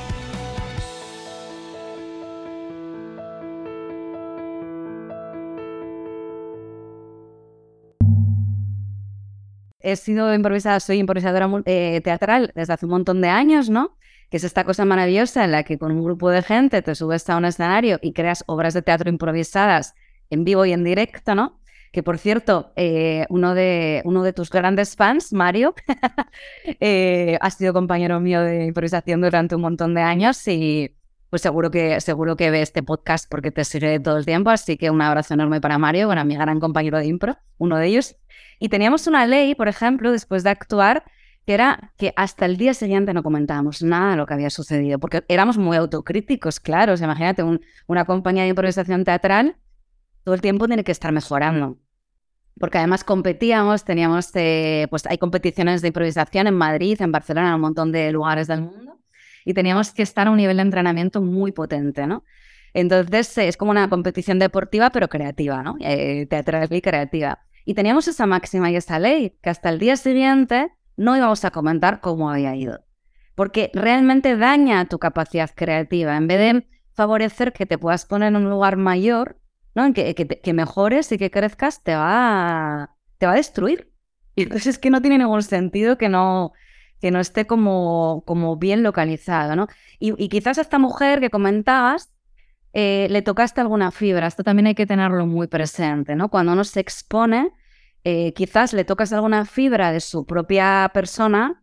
Soy improvisadora teatral desde hace un montón de años, ¿no? Que es esta cosa maravillosa en la que con un grupo de gente te subes a un escenario y creas obras de teatro improvisadas en vivo y en directo, ¿no? Que, por cierto, uno de tus grandes fans, Mario, ha sido compañero mío de improvisación durante un montón de años y pues seguro que ve este podcast porque te sigue todo el tiempo, así que un abrazo enorme para Mario, bueno, mi gran compañero de impro, uno de ellos. Y teníamos una ley, por ejemplo, después de actuar, que era que hasta el día siguiente no comentábamos nada de lo que había sucedido, porque éramos muy autocríticos, claro. O sea, imagínate, una compañía de improvisación teatral todo el tiempo tiene que estar mejorando. Porque además competíamos, pues hay competiciones de improvisación en Madrid, en Barcelona, en un montón de lugares del mundo, y teníamos que estar a un nivel de entrenamiento muy potente, ¿no? Entonces es como una competición deportiva, pero creativa, ¿no? Teatral y creativa. Y teníamos esa máxima y esa ley, que hasta el día siguiente no íbamos a comentar cómo había ido. Porque realmente daña tu capacidad creativa. En vez de favorecer que te puedas poner en un lugar mayor, ¿no? Que mejores y que crezcas, te va a destruir. Y entonces es que no tiene ningún sentido que no esté como bien localizado, ¿no? Y quizás esta mujer que comentabas, le tocaste alguna fibra. Esto también hay que tenerlo muy presente, ¿no? Cuando uno se expone, quizás le tocas alguna fibra de su propia persona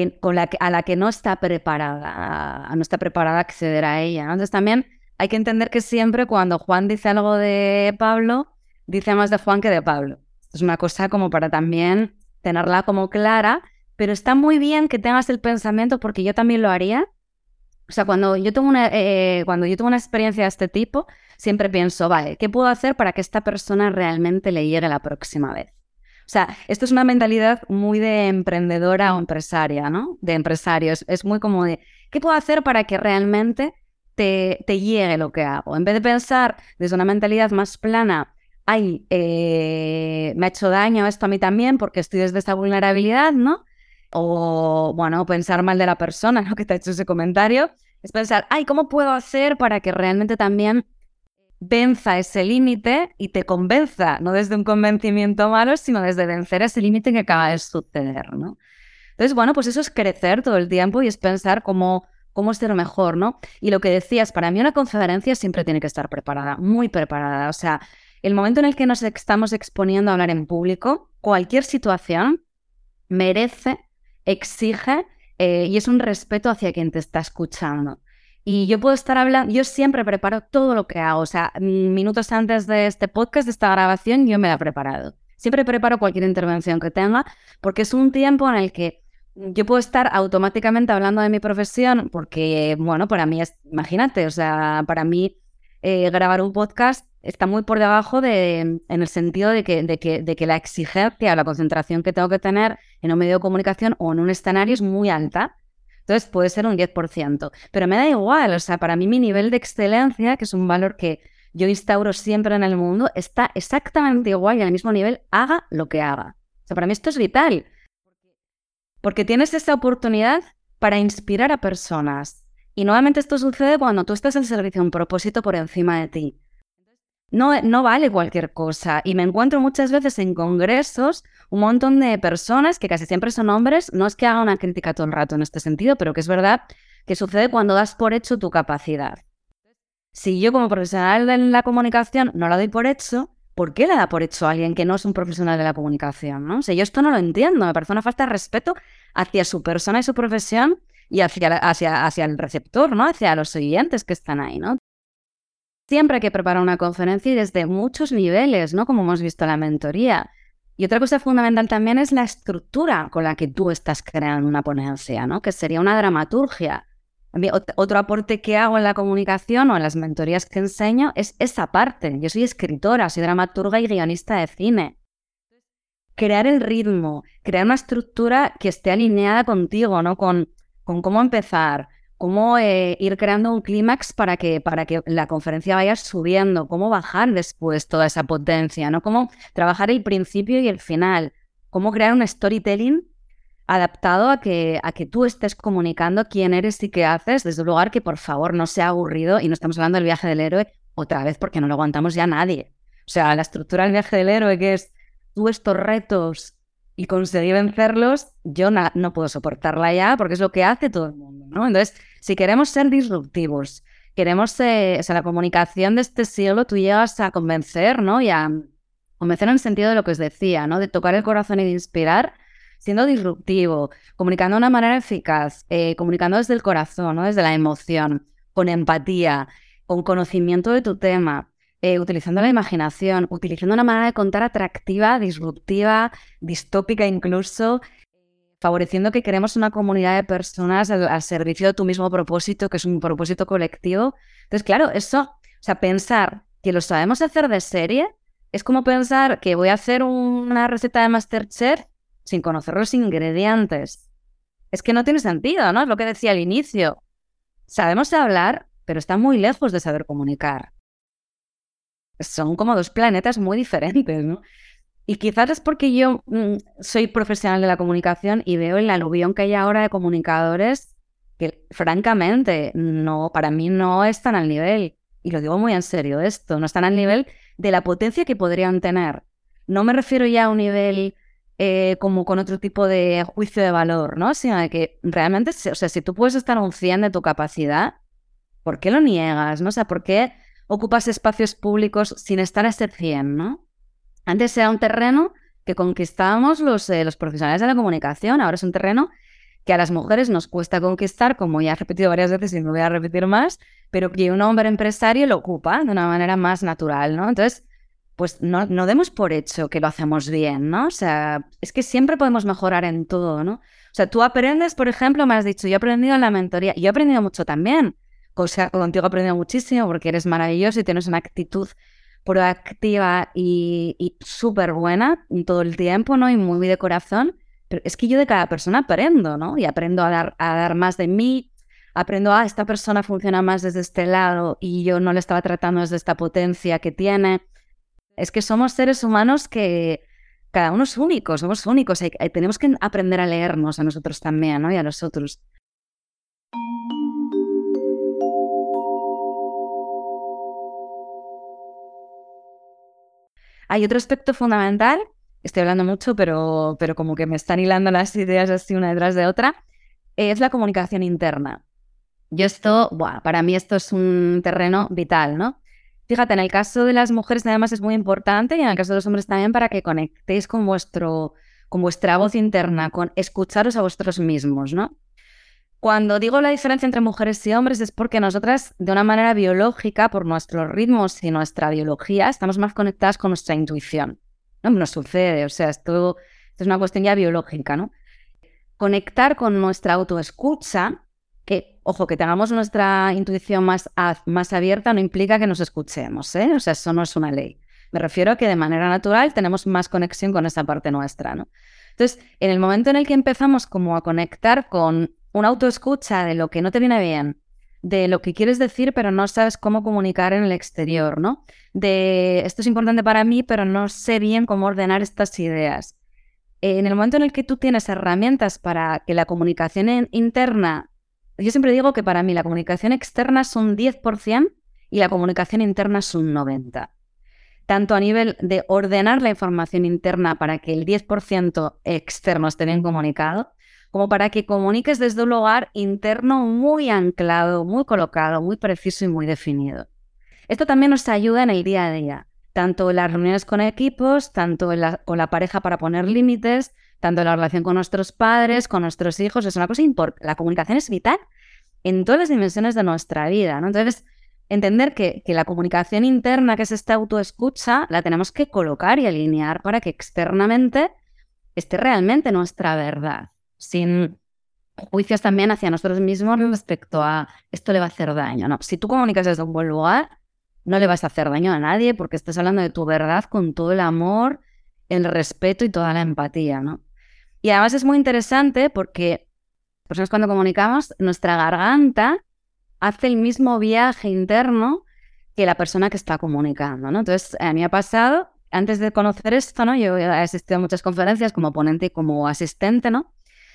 a la que no está preparada, no está preparada a acceder a ella, ¿no? Entonces también hay que entender que siempre cuando Juan dice algo de Pablo, dice más de Juan que de Pablo. Esto es una cosa como para también tenerla como clara, pero está muy bien que tengas el pensamiento, porque yo también lo haría. O sea, cuando yo tengo una experiencia de este tipo, siempre pienso, vale, ¿qué puedo hacer para que esta persona realmente le llegue la próxima vez? O sea, esto es una mentalidad muy de emprendedora o empresaria, ¿no? De empresarios. Es muy como de, ¿qué puedo hacer para que realmente te llegue lo que hago? En vez de pensar desde una mentalidad más plana, ay, me ha hecho daño esto a mí también porque estoy desde esta vulnerabilidad, ¿no? O, bueno, pensar mal de la persona, ¿no?, que te ha hecho ese comentario. Es pensar, ay, ¿cómo puedo hacer para que realmente también venza ese límite y te convenza, no desde un convencimiento malo, sino desde vencer ese límite que acaba de suceder, ¿no? Entonces, bueno, pues eso es crecer todo el tiempo y es pensar cómo ser mejor, ¿no? Y lo que decías, para mí una conferencia siempre tiene que estar preparada, muy preparada. O sea, el momento en el que nos estamos exponiendo a hablar en público, cualquier situación merece, exige y es un respeto hacia quien te está escuchando. Y yo puedo estar hablando, yo siempre preparo todo lo que hago, o sea, minutos antes de este podcast, de esta grabación, yo me la he preparado. Siempre preparo cualquier intervención que tenga, porque es un tiempo en el que yo puedo estar automáticamente hablando de mi profesión, porque, bueno, para mí es, imagínate, o sea, para mí grabar un podcast está muy por debajo en el sentido de que la exigencia, la concentración que tengo que tener en un medio de comunicación o en un escenario es muy alta. Entonces puede ser un 10%, pero me da igual, o sea, para mí mi nivel de excelencia, que es un valor que yo instauro siempre en el mundo, está exactamente igual y al mismo nivel, haga lo que haga. O sea, para mí esto es vital, porque tienes esa oportunidad para inspirar a personas. Y nuevamente esto sucede cuando tú estás al servicio de un propósito por encima de ti. No vale cualquier cosa. Y me encuentro muchas veces en congresos un montón de personas, que casi siempre son hombres, no es que haga una crítica todo el rato en este sentido, pero que es verdad que sucede cuando das por hecho tu capacidad. Si yo como profesional de la comunicación no la doy por hecho, ¿por qué la da por hecho a alguien que no es un profesional de la comunicación, ¿no? O sea, yo esto no lo entiendo, me parece una falta de respeto hacia su persona y su profesión y hacia el receptor, ¿no? Hacia los oyentes que están ahí, ¿no? Siempre hay que preparar una conferencia y desde muchos niveles, ¿no? Como hemos visto en la mentoría. Y otra cosa fundamental también es la estructura con la que tú estás creando una ponencia, ¿no? Que sería una dramaturgia. Otro aporte que hago en la comunicación o en las mentorías que enseño es esa parte. Yo soy escritora, soy dramaturga y guionista de cine. Crear el ritmo, crear una estructura que esté alineada contigo, ¿no? Con cómo empezar, cómo ir creando un clímax para que la conferencia vaya subiendo, cómo bajar después toda esa potencia, ¿no? Cómo trabajar el principio y el final, cómo crear un storytelling adaptado a que tú estés comunicando quién eres y qué haces, desde un lugar que por favor no sea aburrido, y no estamos hablando del viaje del héroe otra vez porque no lo aguantamos ya nadie. O sea, la estructura del viaje del héroe, que es tú estos retos y conseguir vencerlos, yo no puedo soportarla ya porque es lo que hace todo el mundo, ¿no? Entonces, si queremos ser disruptivos, queremos, o sea, la comunicación de este siglo, tú llegas a convencer, ¿no? Y a convencer en el sentido de lo que os decía, ¿no? De tocar el corazón y de inspirar, siendo disruptivo, comunicando de una manera eficaz, comunicando desde el corazón, ¿no? Desde la emoción, con empatía, con conocimiento de tu tema, utilizando la imaginación, utilizando una manera de contar atractiva, disruptiva, distópica incluso, favoreciendo que queremos una comunidad de personas al servicio de tu mismo propósito, que es un propósito colectivo. Entonces, claro, eso, o sea, pensar que lo sabemos hacer de serie es como pensar que voy a hacer una receta de MasterChef sin conocer los ingredientes. Es que no tiene sentido, ¿no? Es lo que decía al inicio. Sabemos hablar, pero está muy lejos de saber comunicar. Son como dos planetas muy diferentes, ¿no? Y quizás es porque yo soy profesional de la comunicación y veo el aluvión que hay ahora de comunicadores que, francamente, para mí no están al nivel, y lo digo muy en serio esto, no están al nivel de la potencia que podrían tener. No me refiero ya a un nivel como con otro tipo de juicio de valor, ¿no? Sino de que realmente, o sea, si tú puedes estar a un 100 de tu capacidad, ¿por qué lo niegas? ¿No? O sea, ¿por qué ocupas espacios públicos sin estar a ese 100, ¿no? Antes era un terreno que conquistábamos los profesionales de la comunicación, ahora es un terreno que a las mujeres nos cuesta conquistar, como ya he repetido varias veces y no voy a repetir más, pero que un hombre empresario lo ocupa de una manera más natural, ¿no? Entonces, pues no demos por hecho que lo hacemos bien, ¿no? O sea, es que siempre podemos mejorar en todo, ¿no? O sea, tú aprendes, por ejemplo, me has dicho, yo he aprendido en la mentoría, yo he aprendido mucho también, contigo he aprendido muchísimo porque eres maravilloso y tienes una actitud proactiva y súper buena todo el tiempo, ¿no? Y muy de corazón. Pero es que yo de cada persona aprendo, ¿no? Y aprendo a dar más de mí, aprendo, esta persona funciona más desde este lado y yo no le estaba tratando desde esta potencia que tiene. Es que somos seres humanos que cada uno es único, somos únicos. Tenemos que aprender a leernos a nosotros también, ¿no? Y a los otros. Hay otro aspecto fundamental, estoy hablando mucho, pero como que me están hilando las ideas así una detrás de otra, es la comunicación interna. Para mí esto es un terreno vital, ¿no? Fíjate, en el caso de las mujeres además es muy importante y en el caso de los hombres también para que conectéis con vuestra voz interna, con escucharos a vosotros mismos, ¿no? Cuando digo la diferencia entre mujeres y hombres es porque nosotras, de una manera biológica, por nuestros ritmos y nuestra biología, estamos más conectadas con nuestra intuición, ¿no? Nos sucede, o sea, esto es una cuestión ya biológica, ¿no? Conectar con nuestra autoescucha, que, ojo, que tengamos nuestra intuición más abierta no implica que nos escuchemos, ¿eh? O sea, eso no es una ley. Me refiero a que de manera natural tenemos más conexión con esa parte nuestra, ¿no? Entonces, en el momento en el que empezamos como a conectar con una autoescucha de lo que no te viene bien, de lo que quieres decir pero no sabes cómo comunicar en el exterior, ¿no? De esto es importante para mí pero no sé bien cómo ordenar estas ideas. En el momento en el que tú tienes herramientas para que la comunicación interna, yo siempre digo que para mí la comunicación externa es un 10% y la comunicación interna es un 90%. Tanto a nivel de ordenar la información interna para que el 10% externo esté bien comunicado, como para que comuniques desde un lugar interno muy anclado, muy colocado, muy preciso y muy definido. Esto también nos ayuda en el día a día, tanto en las reuniones con equipos, tanto con la pareja para poner límites, tanto en la relación con nuestros padres, con nuestros hijos. Es una cosa importante. La comunicación es vital en todas las dimensiones de nuestra vida, ¿no? Entonces, entender que la comunicación interna, que es esta autoescucha, la tenemos que colocar y alinear para que externamente esté realmente nuestra verdad, sin juicios también hacia nosotros mismos respecto a esto le va a hacer daño. No, si tú comunicas desde un buen lugar, no le vas a hacer daño a nadie porque estás hablando de tu verdad con todo el amor, el respeto y toda la empatía, ¿no? Y además es muy interesante porque personas cuando comunicamos, nuestra garganta hace el mismo viaje interno que la persona que está comunicando, ¿no? Entonces, a mí me ha pasado, antes de conocer esto, ¿no? Yo he asistido a muchas conferencias como ponente y como asistente, ¿no?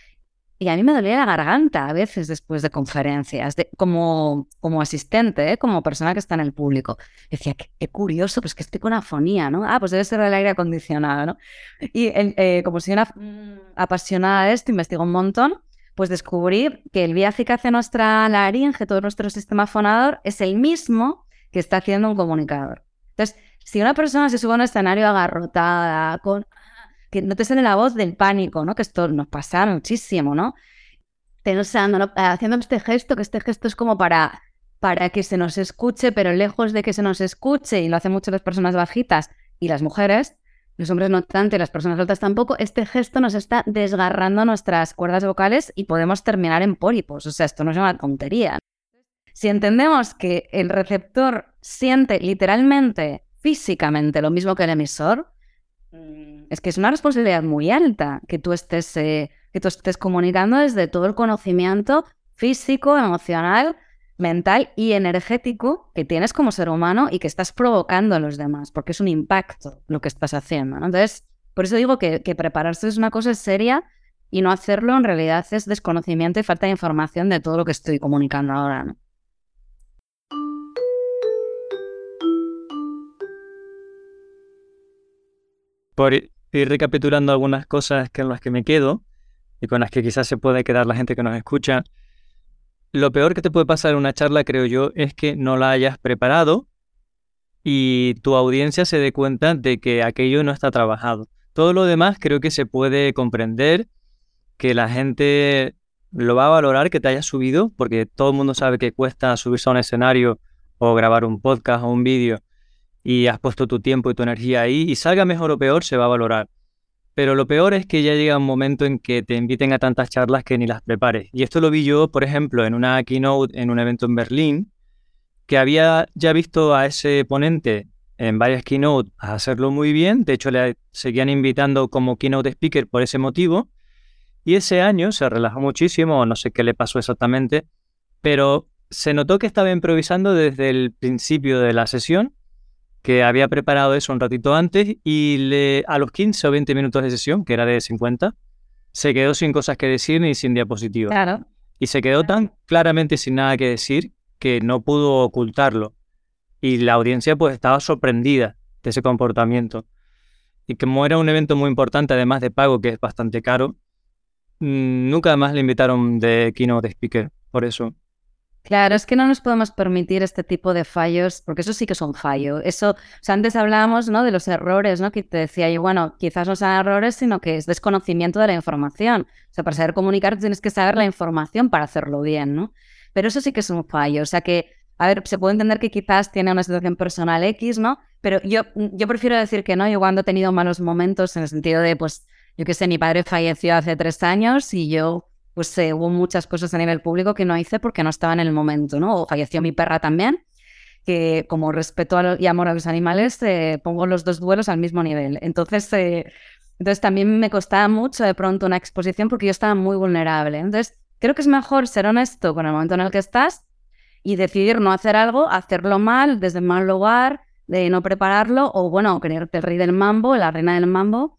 Y a mí me dolía la garganta a veces después de conferencias, como asistente, ¿eh? Como persona que está en el público. Decía, qué curioso, pues que estoy con afonía, ¿no? Pues debe ser el aire acondicionado, ¿no? Y como soy una apasionada de esto, investigo un montón, pues descubrí que el viaje que hace nuestra laringe, todo nuestro sistema fonador, es el mismo que está haciendo un comunicador. Entonces, si una persona se sube a un escenario agarrotada, que no te sale la voz del pánico, ¿no? Que esto nos pasa muchísimo, ¿no? Haciendo este gesto, que este gesto es como para que se nos escuche, pero lejos de que se nos escuche, y lo hacen mucho las personas bajitas y las mujeres, los hombres no tanto y las personas altas tampoco, este gesto nos está desgarrando nuestras cuerdas vocales y podemos terminar en pólipos. O sea, esto no es una tontería. Si entendemos que el receptor siente literalmente, físicamente, lo mismo que el emisor, es que es una responsabilidad muy alta que tú estés comunicando desde todo el conocimiento físico, emocional, mental y energético que tienes como ser humano y que estás provocando a los demás, porque es un impacto lo que estás haciendo, ¿no? Entonces, por eso digo que prepararse es una cosa seria y no hacerlo en realidad es desconocimiento y falta de información de todo lo que estoy comunicando ahora, ¿no? Por ir recapitulando algunas cosas con las que me quedo y con las que quizás se puede quedar la gente que nos escucha, lo peor que te puede pasar en una charla, creo yo, es que no la hayas preparado y tu audiencia se dé cuenta de que aquello no está trabajado. Todo lo demás creo que se puede comprender, que la gente lo va a valorar, que te hayas subido, porque todo el mundo sabe que cuesta subirse a un escenario o grabar un podcast o un vídeo y has puesto tu tiempo y tu energía ahí, y salga mejor o peor, se va a valorar. Pero lo peor es que ya llega un momento en que te inviten a tantas charlas que ni las prepares. Y esto lo vi yo, por ejemplo, en una keynote en un evento en Berlín, que había ya visto a ese ponente en varias keynote a hacerlo muy bien. De hecho, le seguían invitando como keynote speaker por ese motivo. Y ese año se relajó muchísimo, no sé qué le pasó exactamente, pero se notó que estaba improvisando desde el principio de la sesión, que había preparado eso un ratito antes, y a los 15 o 20 minutos de sesión, que era de 50, se quedó sin cosas que decir ni sin diapositivas. Claro. Y se quedó tan claramente sin nada que decir que no pudo ocultarlo. Y la audiencia pues estaba sorprendida de ese comportamiento. Y como era un evento muy importante, además de pago, que es bastante caro, nunca más le invitaron de keynote speaker, por eso. Claro, es que no nos podemos permitir este tipo de fallos, porque eso sí que es un fallo. Eso, o sea, antes hablábamos, ¿no?, de los errores, ¿no?, que te decía yo, bueno, quizás no sean errores, sino que es desconocimiento de la información. O sea, para saber comunicar tienes que saber la información para hacerlo bien, ¿no? Pero eso sí que es un fallo. O sea que, a ver, se puede entender que quizás tiene una situación personal X, ¿no? Pero yo prefiero decir que no. Yo cuando he tenido malos momentos, en el sentido de, pues, yo qué sé, mi padre falleció hace 3 años y yo... pues hubo muchas cosas a nivel público que no hice porque no estaba en el momento, ¿no? O falleció mi perra también, que como respeto y amor a los animales, pongo los dos duelos al mismo nivel. Entonces también me costaba mucho de pronto una exposición porque yo estaba muy vulnerable. Entonces creo que es mejor ser honesto con el momento en el que estás y decidir no hacer algo, hacerlo mal, desde el mal lugar, de no prepararlo, o bueno, creerte el rey del mambo, la reina del mambo,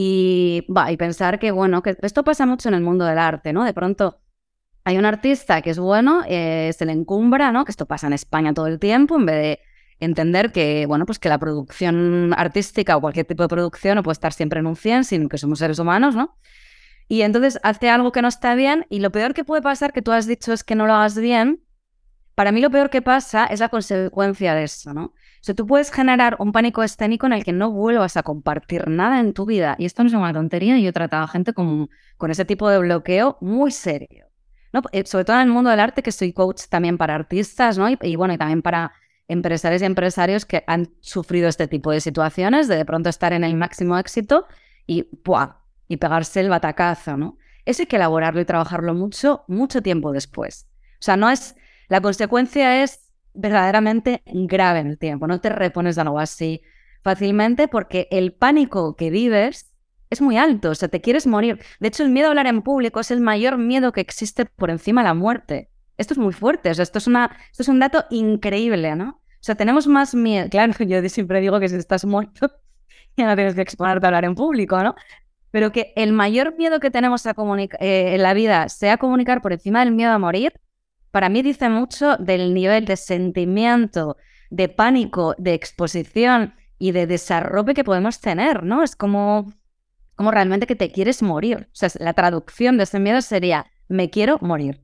y pensar que, bueno, que esto pasa mucho en el mundo del arte, ¿no? De pronto hay un artista que es bueno, se le encumbra, ¿no? Que esto pasa en España todo el tiempo, en vez de entender que, bueno, pues que la producción artística o cualquier tipo de producción no puede estar siempre en un 100, sino que somos seres humanos, ¿no? Y entonces hace algo que no está bien, y lo peor que puede pasar, que tú has dicho, es que no lo hagas bien. Para mí lo peor que pasa es la consecuencia de eso, ¿no? O sea, tú puedes generar un pánico escénico en el que no vuelvas a compartir nada en tu vida. Y esto no es una tontería. Yo he tratado a gente con ese tipo de bloqueo muy serio, ¿no? Sobre todo en el mundo del arte, que soy coach también para artistas, ¿no? Y bueno, y también para empresarios y empresarios que han sufrido este tipo de situaciones, de pronto estar en el máximo éxito y ¡buah!, y pegarse el batacazo, ¿no? Eso hay que elaborarlo y trabajarlo mucho, mucho tiempo después. O sea, no es... La consecuencia es verdaderamente grave en el tiempo. No te repones de algo así fácilmente porque el pánico que vives es muy alto. O sea, te quieres morir. De hecho, el miedo a hablar en público es el mayor miedo que existe por encima de la muerte. Esto es muy fuerte. O sea, esto es un dato increíble, ¿no? O sea, tenemos más miedo. Claro, yo siempre digo que si estás muerto ya no tienes que exponerte a hablar en público, ¿no? Pero que el mayor miedo que tenemos a en la vida sea comunicar por encima del miedo a morir, para mí dice mucho del nivel de sentimiento, de pánico, de exposición y de desarrollo que podemos tener, ¿no? Es como realmente que te quieres morir. O sea, la traducción de ese miedo sería, me quiero morir.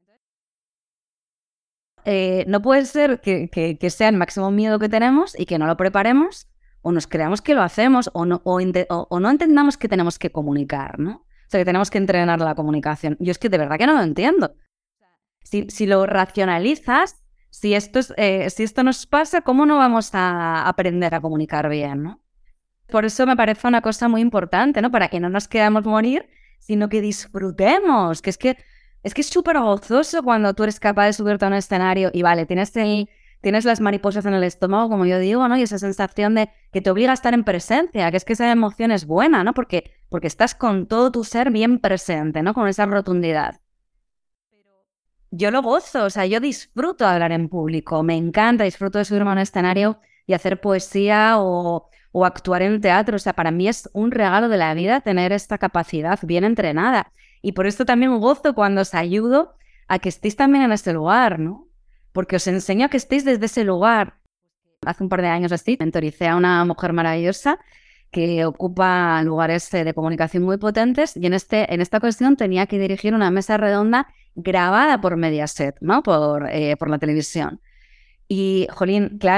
No puede ser que sea el máximo miedo que tenemos y que no lo preparemos, o nos creamos que lo hacemos, o no entendamos que tenemos que comunicar, ¿no? O sea, que tenemos que entrenar la comunicación. Yo es que de verdad que no lo entiendo. Si lo racionalizas, si esto nos pasa, ¿cómo no vamos a aprender a comunicar bien, ¿no? Por eso me parece una cosa muy importante, ¿no? Para que no nos quedamos morir, sino que disfrutemos, que es súper gozoso cuando tú eres capaz de subirte a un escenario y vale, tienes las mariposas en el estómago, como yo digo, ¿no? Y esa sensación de que te obliga a estar en presencia, que es que esa emoción es buena, ¿no? Porque estás con todo tu ser bien presente, ¿no? Con esa rotundidad. Yo lo gozo, o sea, yo disfruto de hablar en público, me encanta, disfruto de subirme a un escenario y hacer poesía o actuar en teatro. O sea, para mí es un regalo de la vida tener esta capacidad bien entrenada. Y por esto también gozo cuando os ayudo a que estéis también en ese lugar, ¿no? Porque os enseño a que estéis desde ese lugar. Hace un par de años así, mentoricé a una mujer maravillosa que ocupa lugares de comunicación muy potentes y en esta cuestión tenía que dirigir una mesa redonda grabada por Mediaset, ¿no? Por la televisión. Y, jolín, claro,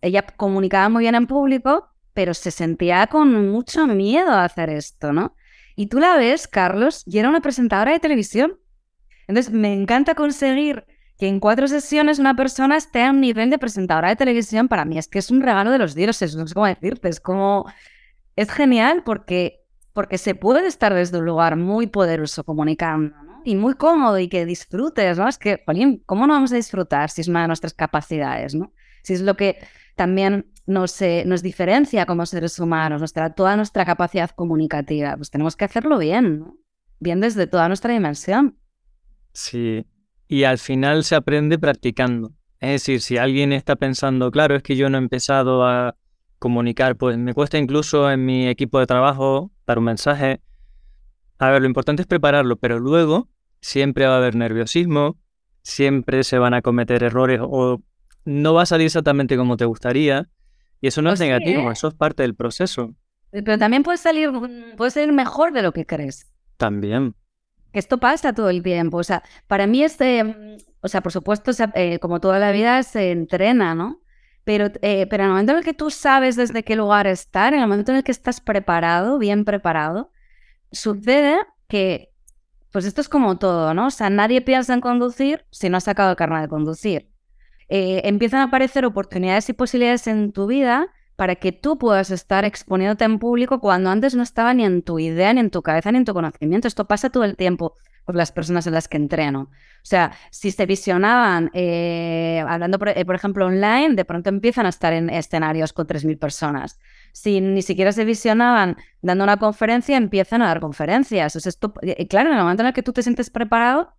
ella comunicaba muy bien en público, pero se sentía con mucho miedo a hacer esto, ¿no? Y tú la ves, Carlos, y era una presentadora de televisión. Entonces, me encanta conseguir que en 4 sesiones una persona esté a un nivel de presentadora de televisión. Para mí es que es un regalo de los dioses, no sé cómo decirte, es genial porque se puede estar desde un lugar muy poderoso comunicando, ¿no? Y muy cómodo y que disfrutes, ¿no? Es que, jolín, ¿cómo no vamos a disfrutar si es una de nuestras capacidades, ¿no? Si es lo que también nos diferencia como seres humanos, toda nuestra capacidad comunicativa, pues tenemos que hacerlo bien, ¿no? Bien desde toda nuestra dimensión. Sí, y al final se aprende practicando. Es decir, si alguien está pensando, claro, es que yo no he empezado a comunicar, pues me cuesta incluso en mi equipo de trabajo dar un mensaje. A ver, lo importante es prepararlo, pero luego siempre va a haber nerviosismo, siempre se van a cometer errores o no va a salir exactamente como te gustaría. Y eso no es negativo, eso es parte del proceso. Pero también puede salir mejor de lo que crees. También. Esto pasa todo el tiempo. O sea, para mí por supuesto, como toda la vida se entrena, ¿no? Pero en el momento en el que tú sabes desde qué lugar estar, en el momento en el que estás preparado, bien preparado, sucede que, pues esto es como todo, ¿no? O sea, nadie piensa en conducir si no ha sacado el carnet de conducir. Empiezan a aparecer oportunidades y posibilidades en tu vida para que tú puedas estar exponiéndote en público cuando antes no estaba ni en tu idea, ni en tu cabeza, ni en tu conocimiento. Esto pasa todo el tiempo por las personas en las que entreno. O sea, si se visionaban hablando, por ejemplo, online, de pronto empiezan a estar en escenarios con 3.000 personas. Si ni siquiera se visionaban dando una conferencia, empiezan a dar conferencias. O sea, claro, en el momento en el que tú te sientes preparado,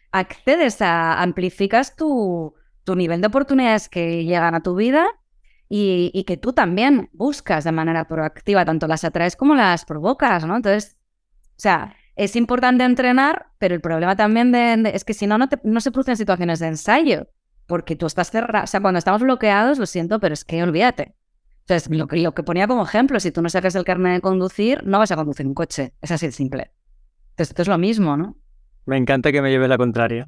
amplificas tu nivel de oportunidades que llegan a tu vida y que tú también buscas de manera proactiva, tanto las atraes como las provocas, ¿no? Entonces, o sea, es importante entrenar, pero el problema también es que si no se producen situaciones de ensayo, porque tú estás cerrado. O sea, cuando estamos bloqueados, lo siento, pero es que olvídate. Entonces, lo que ponía como ejemplo, si tú no sacas el carnet de conducir, no vas a conducir un coche. Es así de simple. Entonces, esto es lo mismo, ¿no? Me encanta que me lleves la contraria.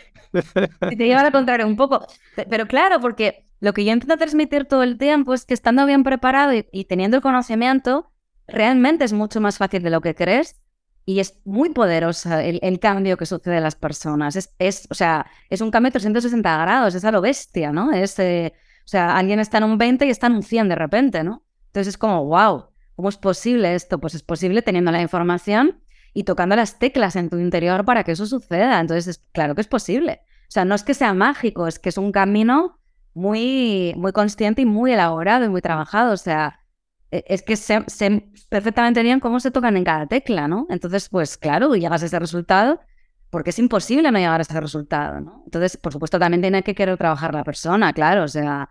Y te lleva a la contraria un poco. Pero claro, porque lo que yo intento transmitir todo el tiempo es que estando bien preparado y teniendo el conocimiento, realmente es mucho más fácil de lo que crees y es muy poderosa el cambio que sucede en las personas. O sea, es un cambio de 360 grados, es a lo bestia, ¿no? O sea, alguien está en un 20 y está en un 100 de repente, ¿no? Entonces es como, wow, ¿cómo es posible esto? Pues es posible teniendo la información y tocando las teclas en tu interior para que eso suceda. Entonces, claro que es posible. O sea, no es que sea mágico, es que es un camino muy, muy consciente y muy elaborado y muy trabajado. O sea, es que sé perfectamente bien cómo se tocan en cada tecla, ¿no? Entonces, pues claro, llegas a ese resultado porque es imposible no llegar a ese resultado, ¿no? Entonces, por supuesto, también tiene que querer trabajar la persona, claro, o sea,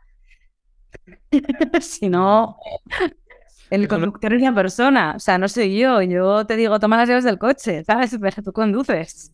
si no, el conductor es una persona, o sea, no soy yo te digo, toma las llaves del coche, ¿sabes? Pero tú conduces.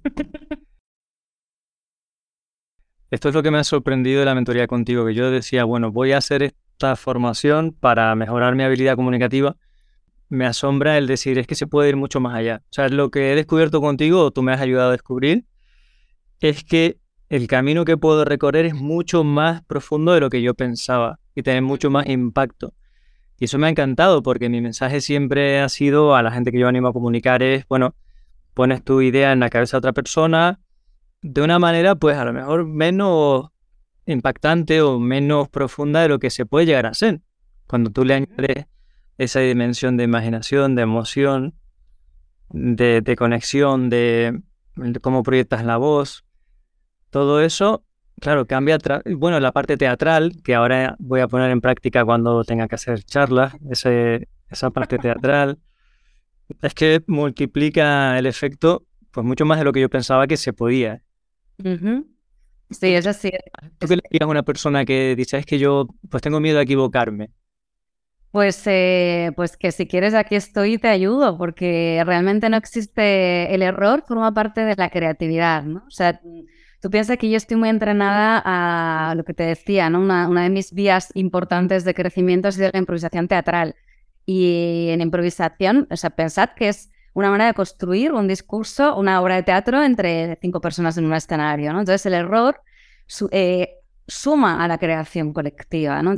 Esto es lo que me ha sorprendido de la mentoría contigo, que yo decía, bueno, voy a hacer esta formación para mejorar mi habilidad comunicativa. Me asombra el decir, es que se puede ir mucho más allá. O sea, lo que he descubierto contigo, o tú me has ayudado a descubrir, es que el camino que puedo recorrer es mucho más profundo de lo que yo pensaba y tener mucho más impacto. Y eso me ha encantado porque mi mensaje siempre ha sido a la gente que yo animo a comunicar es, bueno, pones tu idea en la cabeza de otra persona de una manera, pues a lo mejor menos impactante o menos profunda de lo que se puede llegar a ser. Cuando tú le añades esa dimensión de imaginación, de emoción, de conexión, de cómo proyectas la voz, todo eso, claro, cambia. Bueno, la parte teatral, que ahora voy a poner en práctica cuando tenga que hacer charlas, esa parte teatral, es que multiplica el efecto, pues mucho más de lo que yo pensaba que se podía. Sí, es así. ¿Tú qué le dirías a una persona que dice, es que yo pues tengo miedo a equivocarme? Pues que si quieres aquí estoy y te ayudo, porque realmente no existe el error, forma parte de la creatividad, ¿no? O sea, tú piensas que yo estoy muy entrenada a lo que te decía, ¿no? Una de mis vías importantes de crecimiento ha sido la improvisación teatral. Y en improvisación, o sea, pensad que es una manera de construir un discurso, una obra de teatro entre 5 personas en un escenario, ¿no? Entonces el error suma a la creación colectiva, ¿no? Entonces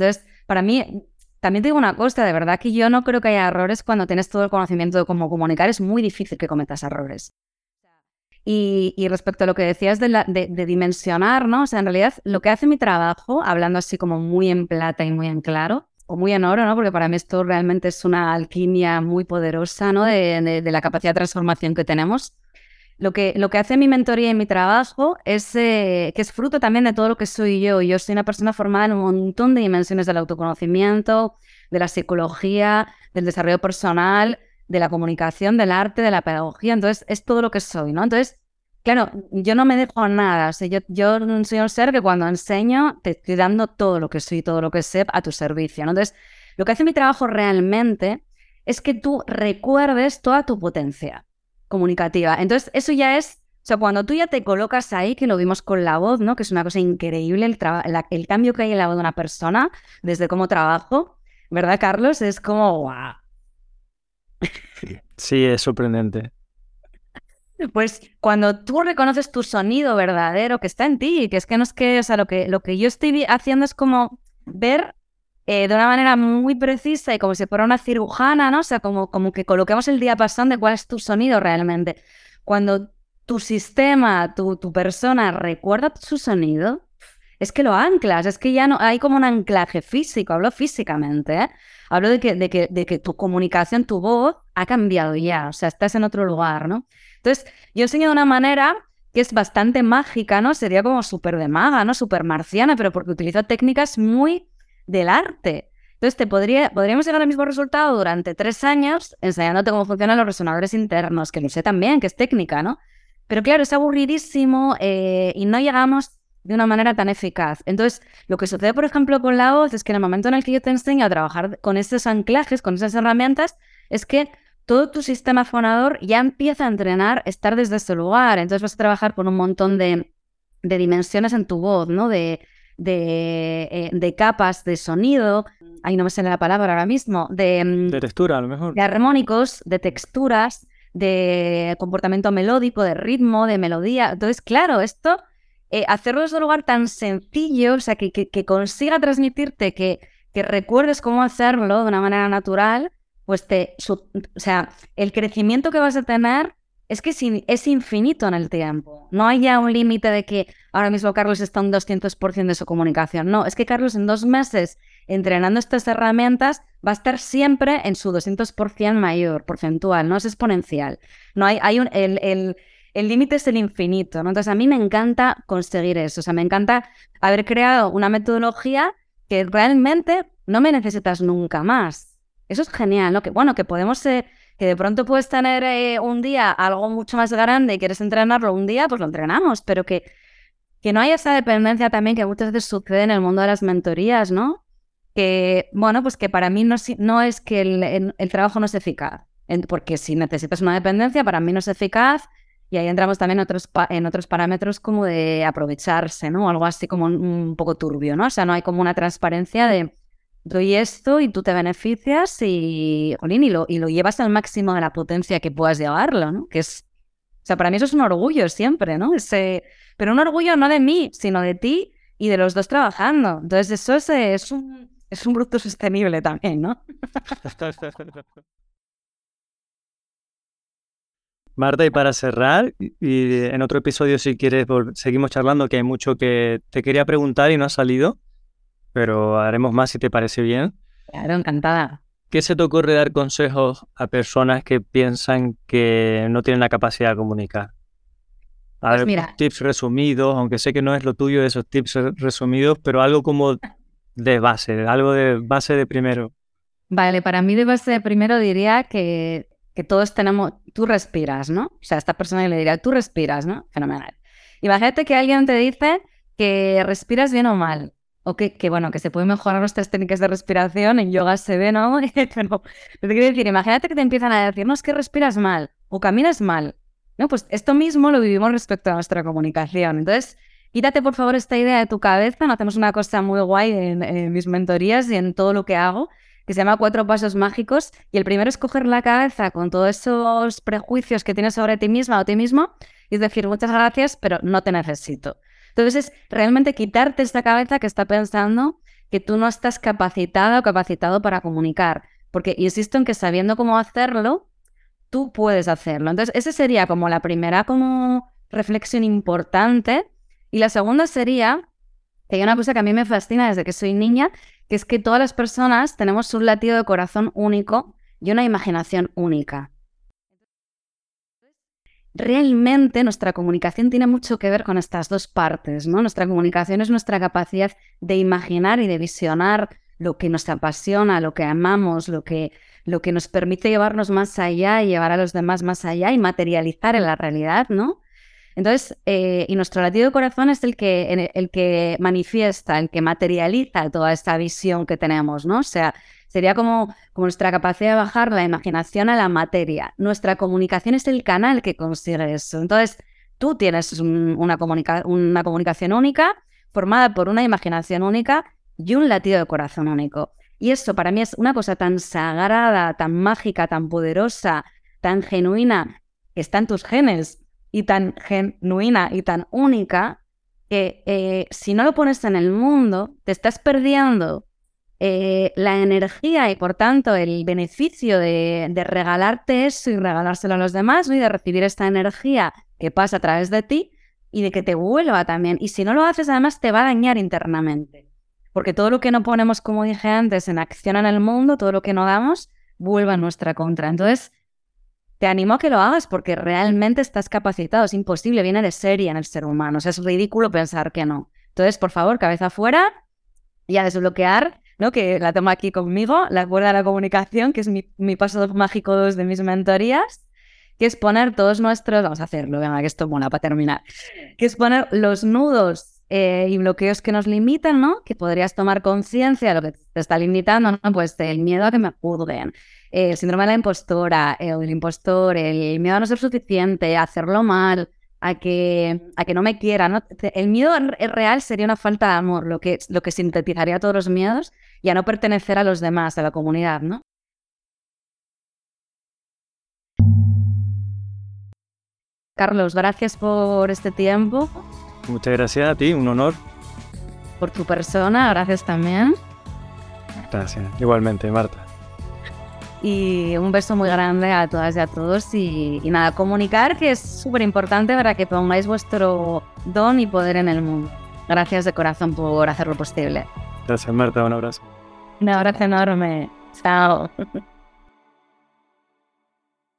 para mí, también te digo una cosa, de verdad que yo no creo que haya errores cuando tienes todo el conocimiento de cómo comunicar, es muy difícil que cometas errores. Y respecto a lo que decías de dimensionar, ¿no? O sea, en realidad lo que hace mi trabajo, hablando así como muy en plata y muy en claro, o muy en oro, ¿no? Porque para mí esto realmente es una alquimia muy poderosa, ¿no? De la capacidad de transformación que tenemos. Lo que hace mi mentoría y mi trabajo es que es fruto también de todo lo que soy yo. Yo soy una persona formada en un montón de dimensiones del autoconocimiento, de la psicología, del desarrollo personal, de la comunicación, del arte, de la pedagogía. Entonces, es todo lo que soy, ¿no? Entonces, claro, yo no me dejo nada. O sea, yo soy un ser que cuando enseño te estoy dando todo lo que soy, todo lo que sé a tu servicio, ¿no? Entonces, lo que hace mi trabajo realmente es que tú recuerdes toda tu potencia comunicativa. Entonces, eso ya es, o sea, cuando tú ya te colocas ahí, que lo vimos con la voz, ¿no? Que es una cosa increíble, el cambio que hay en la voz de una persona, desde cómo trabajo, ¿verdad, Carlos? Es como, ¡guau! Sí, es sorprendente. Pues cuando tú reconoces tu sonido verdadero que está en ti, que es que no es que, o sea, lo que yo estoy haciendo es como ver de una manera muy precisa y como si fuera una cirujana, ¿no? O sea, como que coloquemos el diapasón de cuál es tu sonido realmente. Cuando tu sistema, tu persona recuerda su sonido, es que lo anclas, es que ya no hay como un anclaje físico, hablo físicamente, ¿eh? Hablo de que tu comunicación, tu voz ha cambiado ya, o sea, estás en otro lugar, ¿no? Entonces, yo enseño de una manera que es bastante mágica, ¿no? Sería como súper de maga, ¿no? Súper marciana, pero porque utilizo técnicas muy del arte. Entonces, podríamos llegar al mismo resultado durante 3 años enseñándote cómo funcionan los resonadores internos, que lo sé también, que es técnica, ¿no? Pero claro, es aburridísimo y no llegamos de una manera tan eficaz. Entonces, lo que sucede, por ejemplo, con la voz es que en el momento en el que yo te enseño a trabajar con esos anclajes, con esas herramientas, es que todo tu sistema fonador ya empieza a entrenar estar desde ese lugar. Entonces vas a trabajar con un montón de dimensiones en tu voz, ¿no? De capas de sonido, ahí no me sale la palabra ahora mismo, De textura, a lo mejor. de armónicos, de texturas, de comportamiento melódico, de ritmo, de melodía. Entonces, claro, esto, hacerlo desde un lugar tan sencillo, o sea, que consiga transmitirte, que recuerdes cómo hacerlo de una manera natural, pues o sea, el crecimiento que vas a tener es que es infinito en el tiempo. No hay ya un límite de que ahora mismo Carlos está un 200% de su comunicación. No, es que Carlos en 2 meses entrenando estas herramientas va a estar siempre en su 200% mayor, porcentual, no es exponencial. No hay el límite es el infinito, ¿no? Entonces a mí me encanta conseguir eso, o sea, me encanta haber creado una metodología que realmente no me necesitas nunca más. Eso es genial, ¿no? Que bueno, que podemos que de pronto puedes tener un día algo mucho más grande y quieres entrenarlo un día, pues lo entrenamos, pero que no haya esa dependencia también que muchas veces sucede en el mundo de las mentorías, ¿no? Que, bueno, pues que para mí no es que el trabajo no es eficaz, porque si necesitas una dependencia, para mí no es eficaz, y ahí entramos también en otros parámetros como de aprovecharse, ¿no? Algo así como un poco turbio, ¿no? O sea, no hay como una transparencia de doy esto y tú te beneficias y, jolín, y lo llevas al máximo de la potencia que puedas llevarlo, ¿no? Que es, o sea, para mí eso es un orgullo siempre, ¿no? Pero un orgullo no de mí, sino de ti y de los dos trabajando. Entonces eso es un producto sostenible también, ¿no? Marta, y para cerrar, y en otro episodio si quieres seguimos charlando, que hay mucho que te quería preguntar y no ha salido, pero haremos más si te parece bien. Claro, encantada. ¿Qué se te ocurre dar consejos a personas que piensan que no tienen la capacidad de comunicar? Pues mira, Tips resumidos, aunque sé que no es lo tuyo esos tips resumidos, pero algo como de base, algo de base de primero. vale, para mí de base primero diría que todos tenemos, tú respiras, ¿no? O sea, a esta persona le diría, tú respiras, ¿no? Fenomenal. Imagínate que alguien te dice que respiras bien o mal, o bueno, que se pueden mejorar nuestras técnicas de respiración, en yoga se ve, ¿no? Pero te quiero decir, imagínate que te empiezan a decir, no, es que respiras mal, o caminas mal, ¿no? Pues esto mismo lo vivimos respecto a nuestra comunicación. Entonces, quítate por favor esta idea de tu cabeza, no hacemos una cosa muy guay en mis mentorías y en todo lo que hago, que se llama 4 pasos mágicos, y el primero es coger la cabeza con todos esos prejuicios que tienes sobre ti misma o ti mismo y decir muchas gracias, pero no te necesito. Entonces es realmente quitarte esta cabeza que está pensando que tú no estás capacitada o capacitado para comunicar. Porque insisto en que sabiendo cómo hacerlo, tú puedes hacerlo. Entonces, esa sería como la primera como reflexión importante. Y la segunda sería que hay una cosa que a mí me fascina desde que soy niña, que es que todas las personas tenemos un latido de corazón único y una imaginación única. Realmente nuestra comunicación tiene mucho que ver con estas dos partes, ¿no? Nuestra comunicación es nuestra capacidad de imaginar y de visionar lo que nos apasiona, lo que amamos, lo que nos permite llevarnos más allá y llevar a los demás más allá y materializar en la realidad, ¿no? Entonces, y nuestro latido de corazón es el que manifiesta, el que materializa toda esta visión que tenemos, ¿no? O sea, sería como nuestra capacidad de bajar la imaginación a la materia. Nuestra comunicación es el canal que consigue eso. Entonces, tú tienes una comunicación única formada por una imaginación única y un latido de corazón único. Y eso para mí es una cosa tan sagrada, tan mágica, tan poderosa, tan genuina, que está en tus genes y tan genuina y tan única que si no lo pones en el mundo, te estás perdiendo la energía y por tanto el beneficio de regalarte eso y regalárselo a los demás, ¿no? Y de recibir esta energía que pasa a través de ti y de que te vuelva también. Y si no lo haces, además te va a dañar internamente. Porque todo lo que no ponemos, como dije antes, en acción en el mundo, todo lo que no damos, vuelve a nuestra contra. Entonces, te animo a que lo hagas porque realmente estás capacitado. Es imposible, viene de serie en el ser humano. O sea, es ridículo pensar que no. Entonces, por favor, cabeza afuera y a desbloquear, ¿no? Que la tengo aquí conmigo, la cuerda de la comunicación, que es mi paso mágico 2 de mis mentorías, que es poner todos nuestros... Vamos a hacerlo, venga, que esto mola para terminar. Que es poner los nudos y bloqueos que nos limitan, ¿no? Que podrías tomar conciencia de lo que te está limitando, ¿no? Pues el miedo a que me juzguen, el síndrome de la impostora, el impostor, el miedo a no ser suficiente, a hacerlo mal, a que no me quieran, ¿no? El miedo real sería una falta de amor, lo que sintetizaría todos los miedos y a no pertenecer a los demás, a la comunidad, ¿no? Carlos, gracias por este tiempo. Muchas gracias a ti, un honor. Por tu persona, gracias también. Gracias, igualmente, Marta. Y un beso muy grande a todas y a todos. Y nada, comunicar, que es súper importante para que pongáis vuestro don y poder en el mundo. Gracias de corazón por hacerlo posible. Gracias, Marta, un abrazo. Un abrazo enorme. Chao.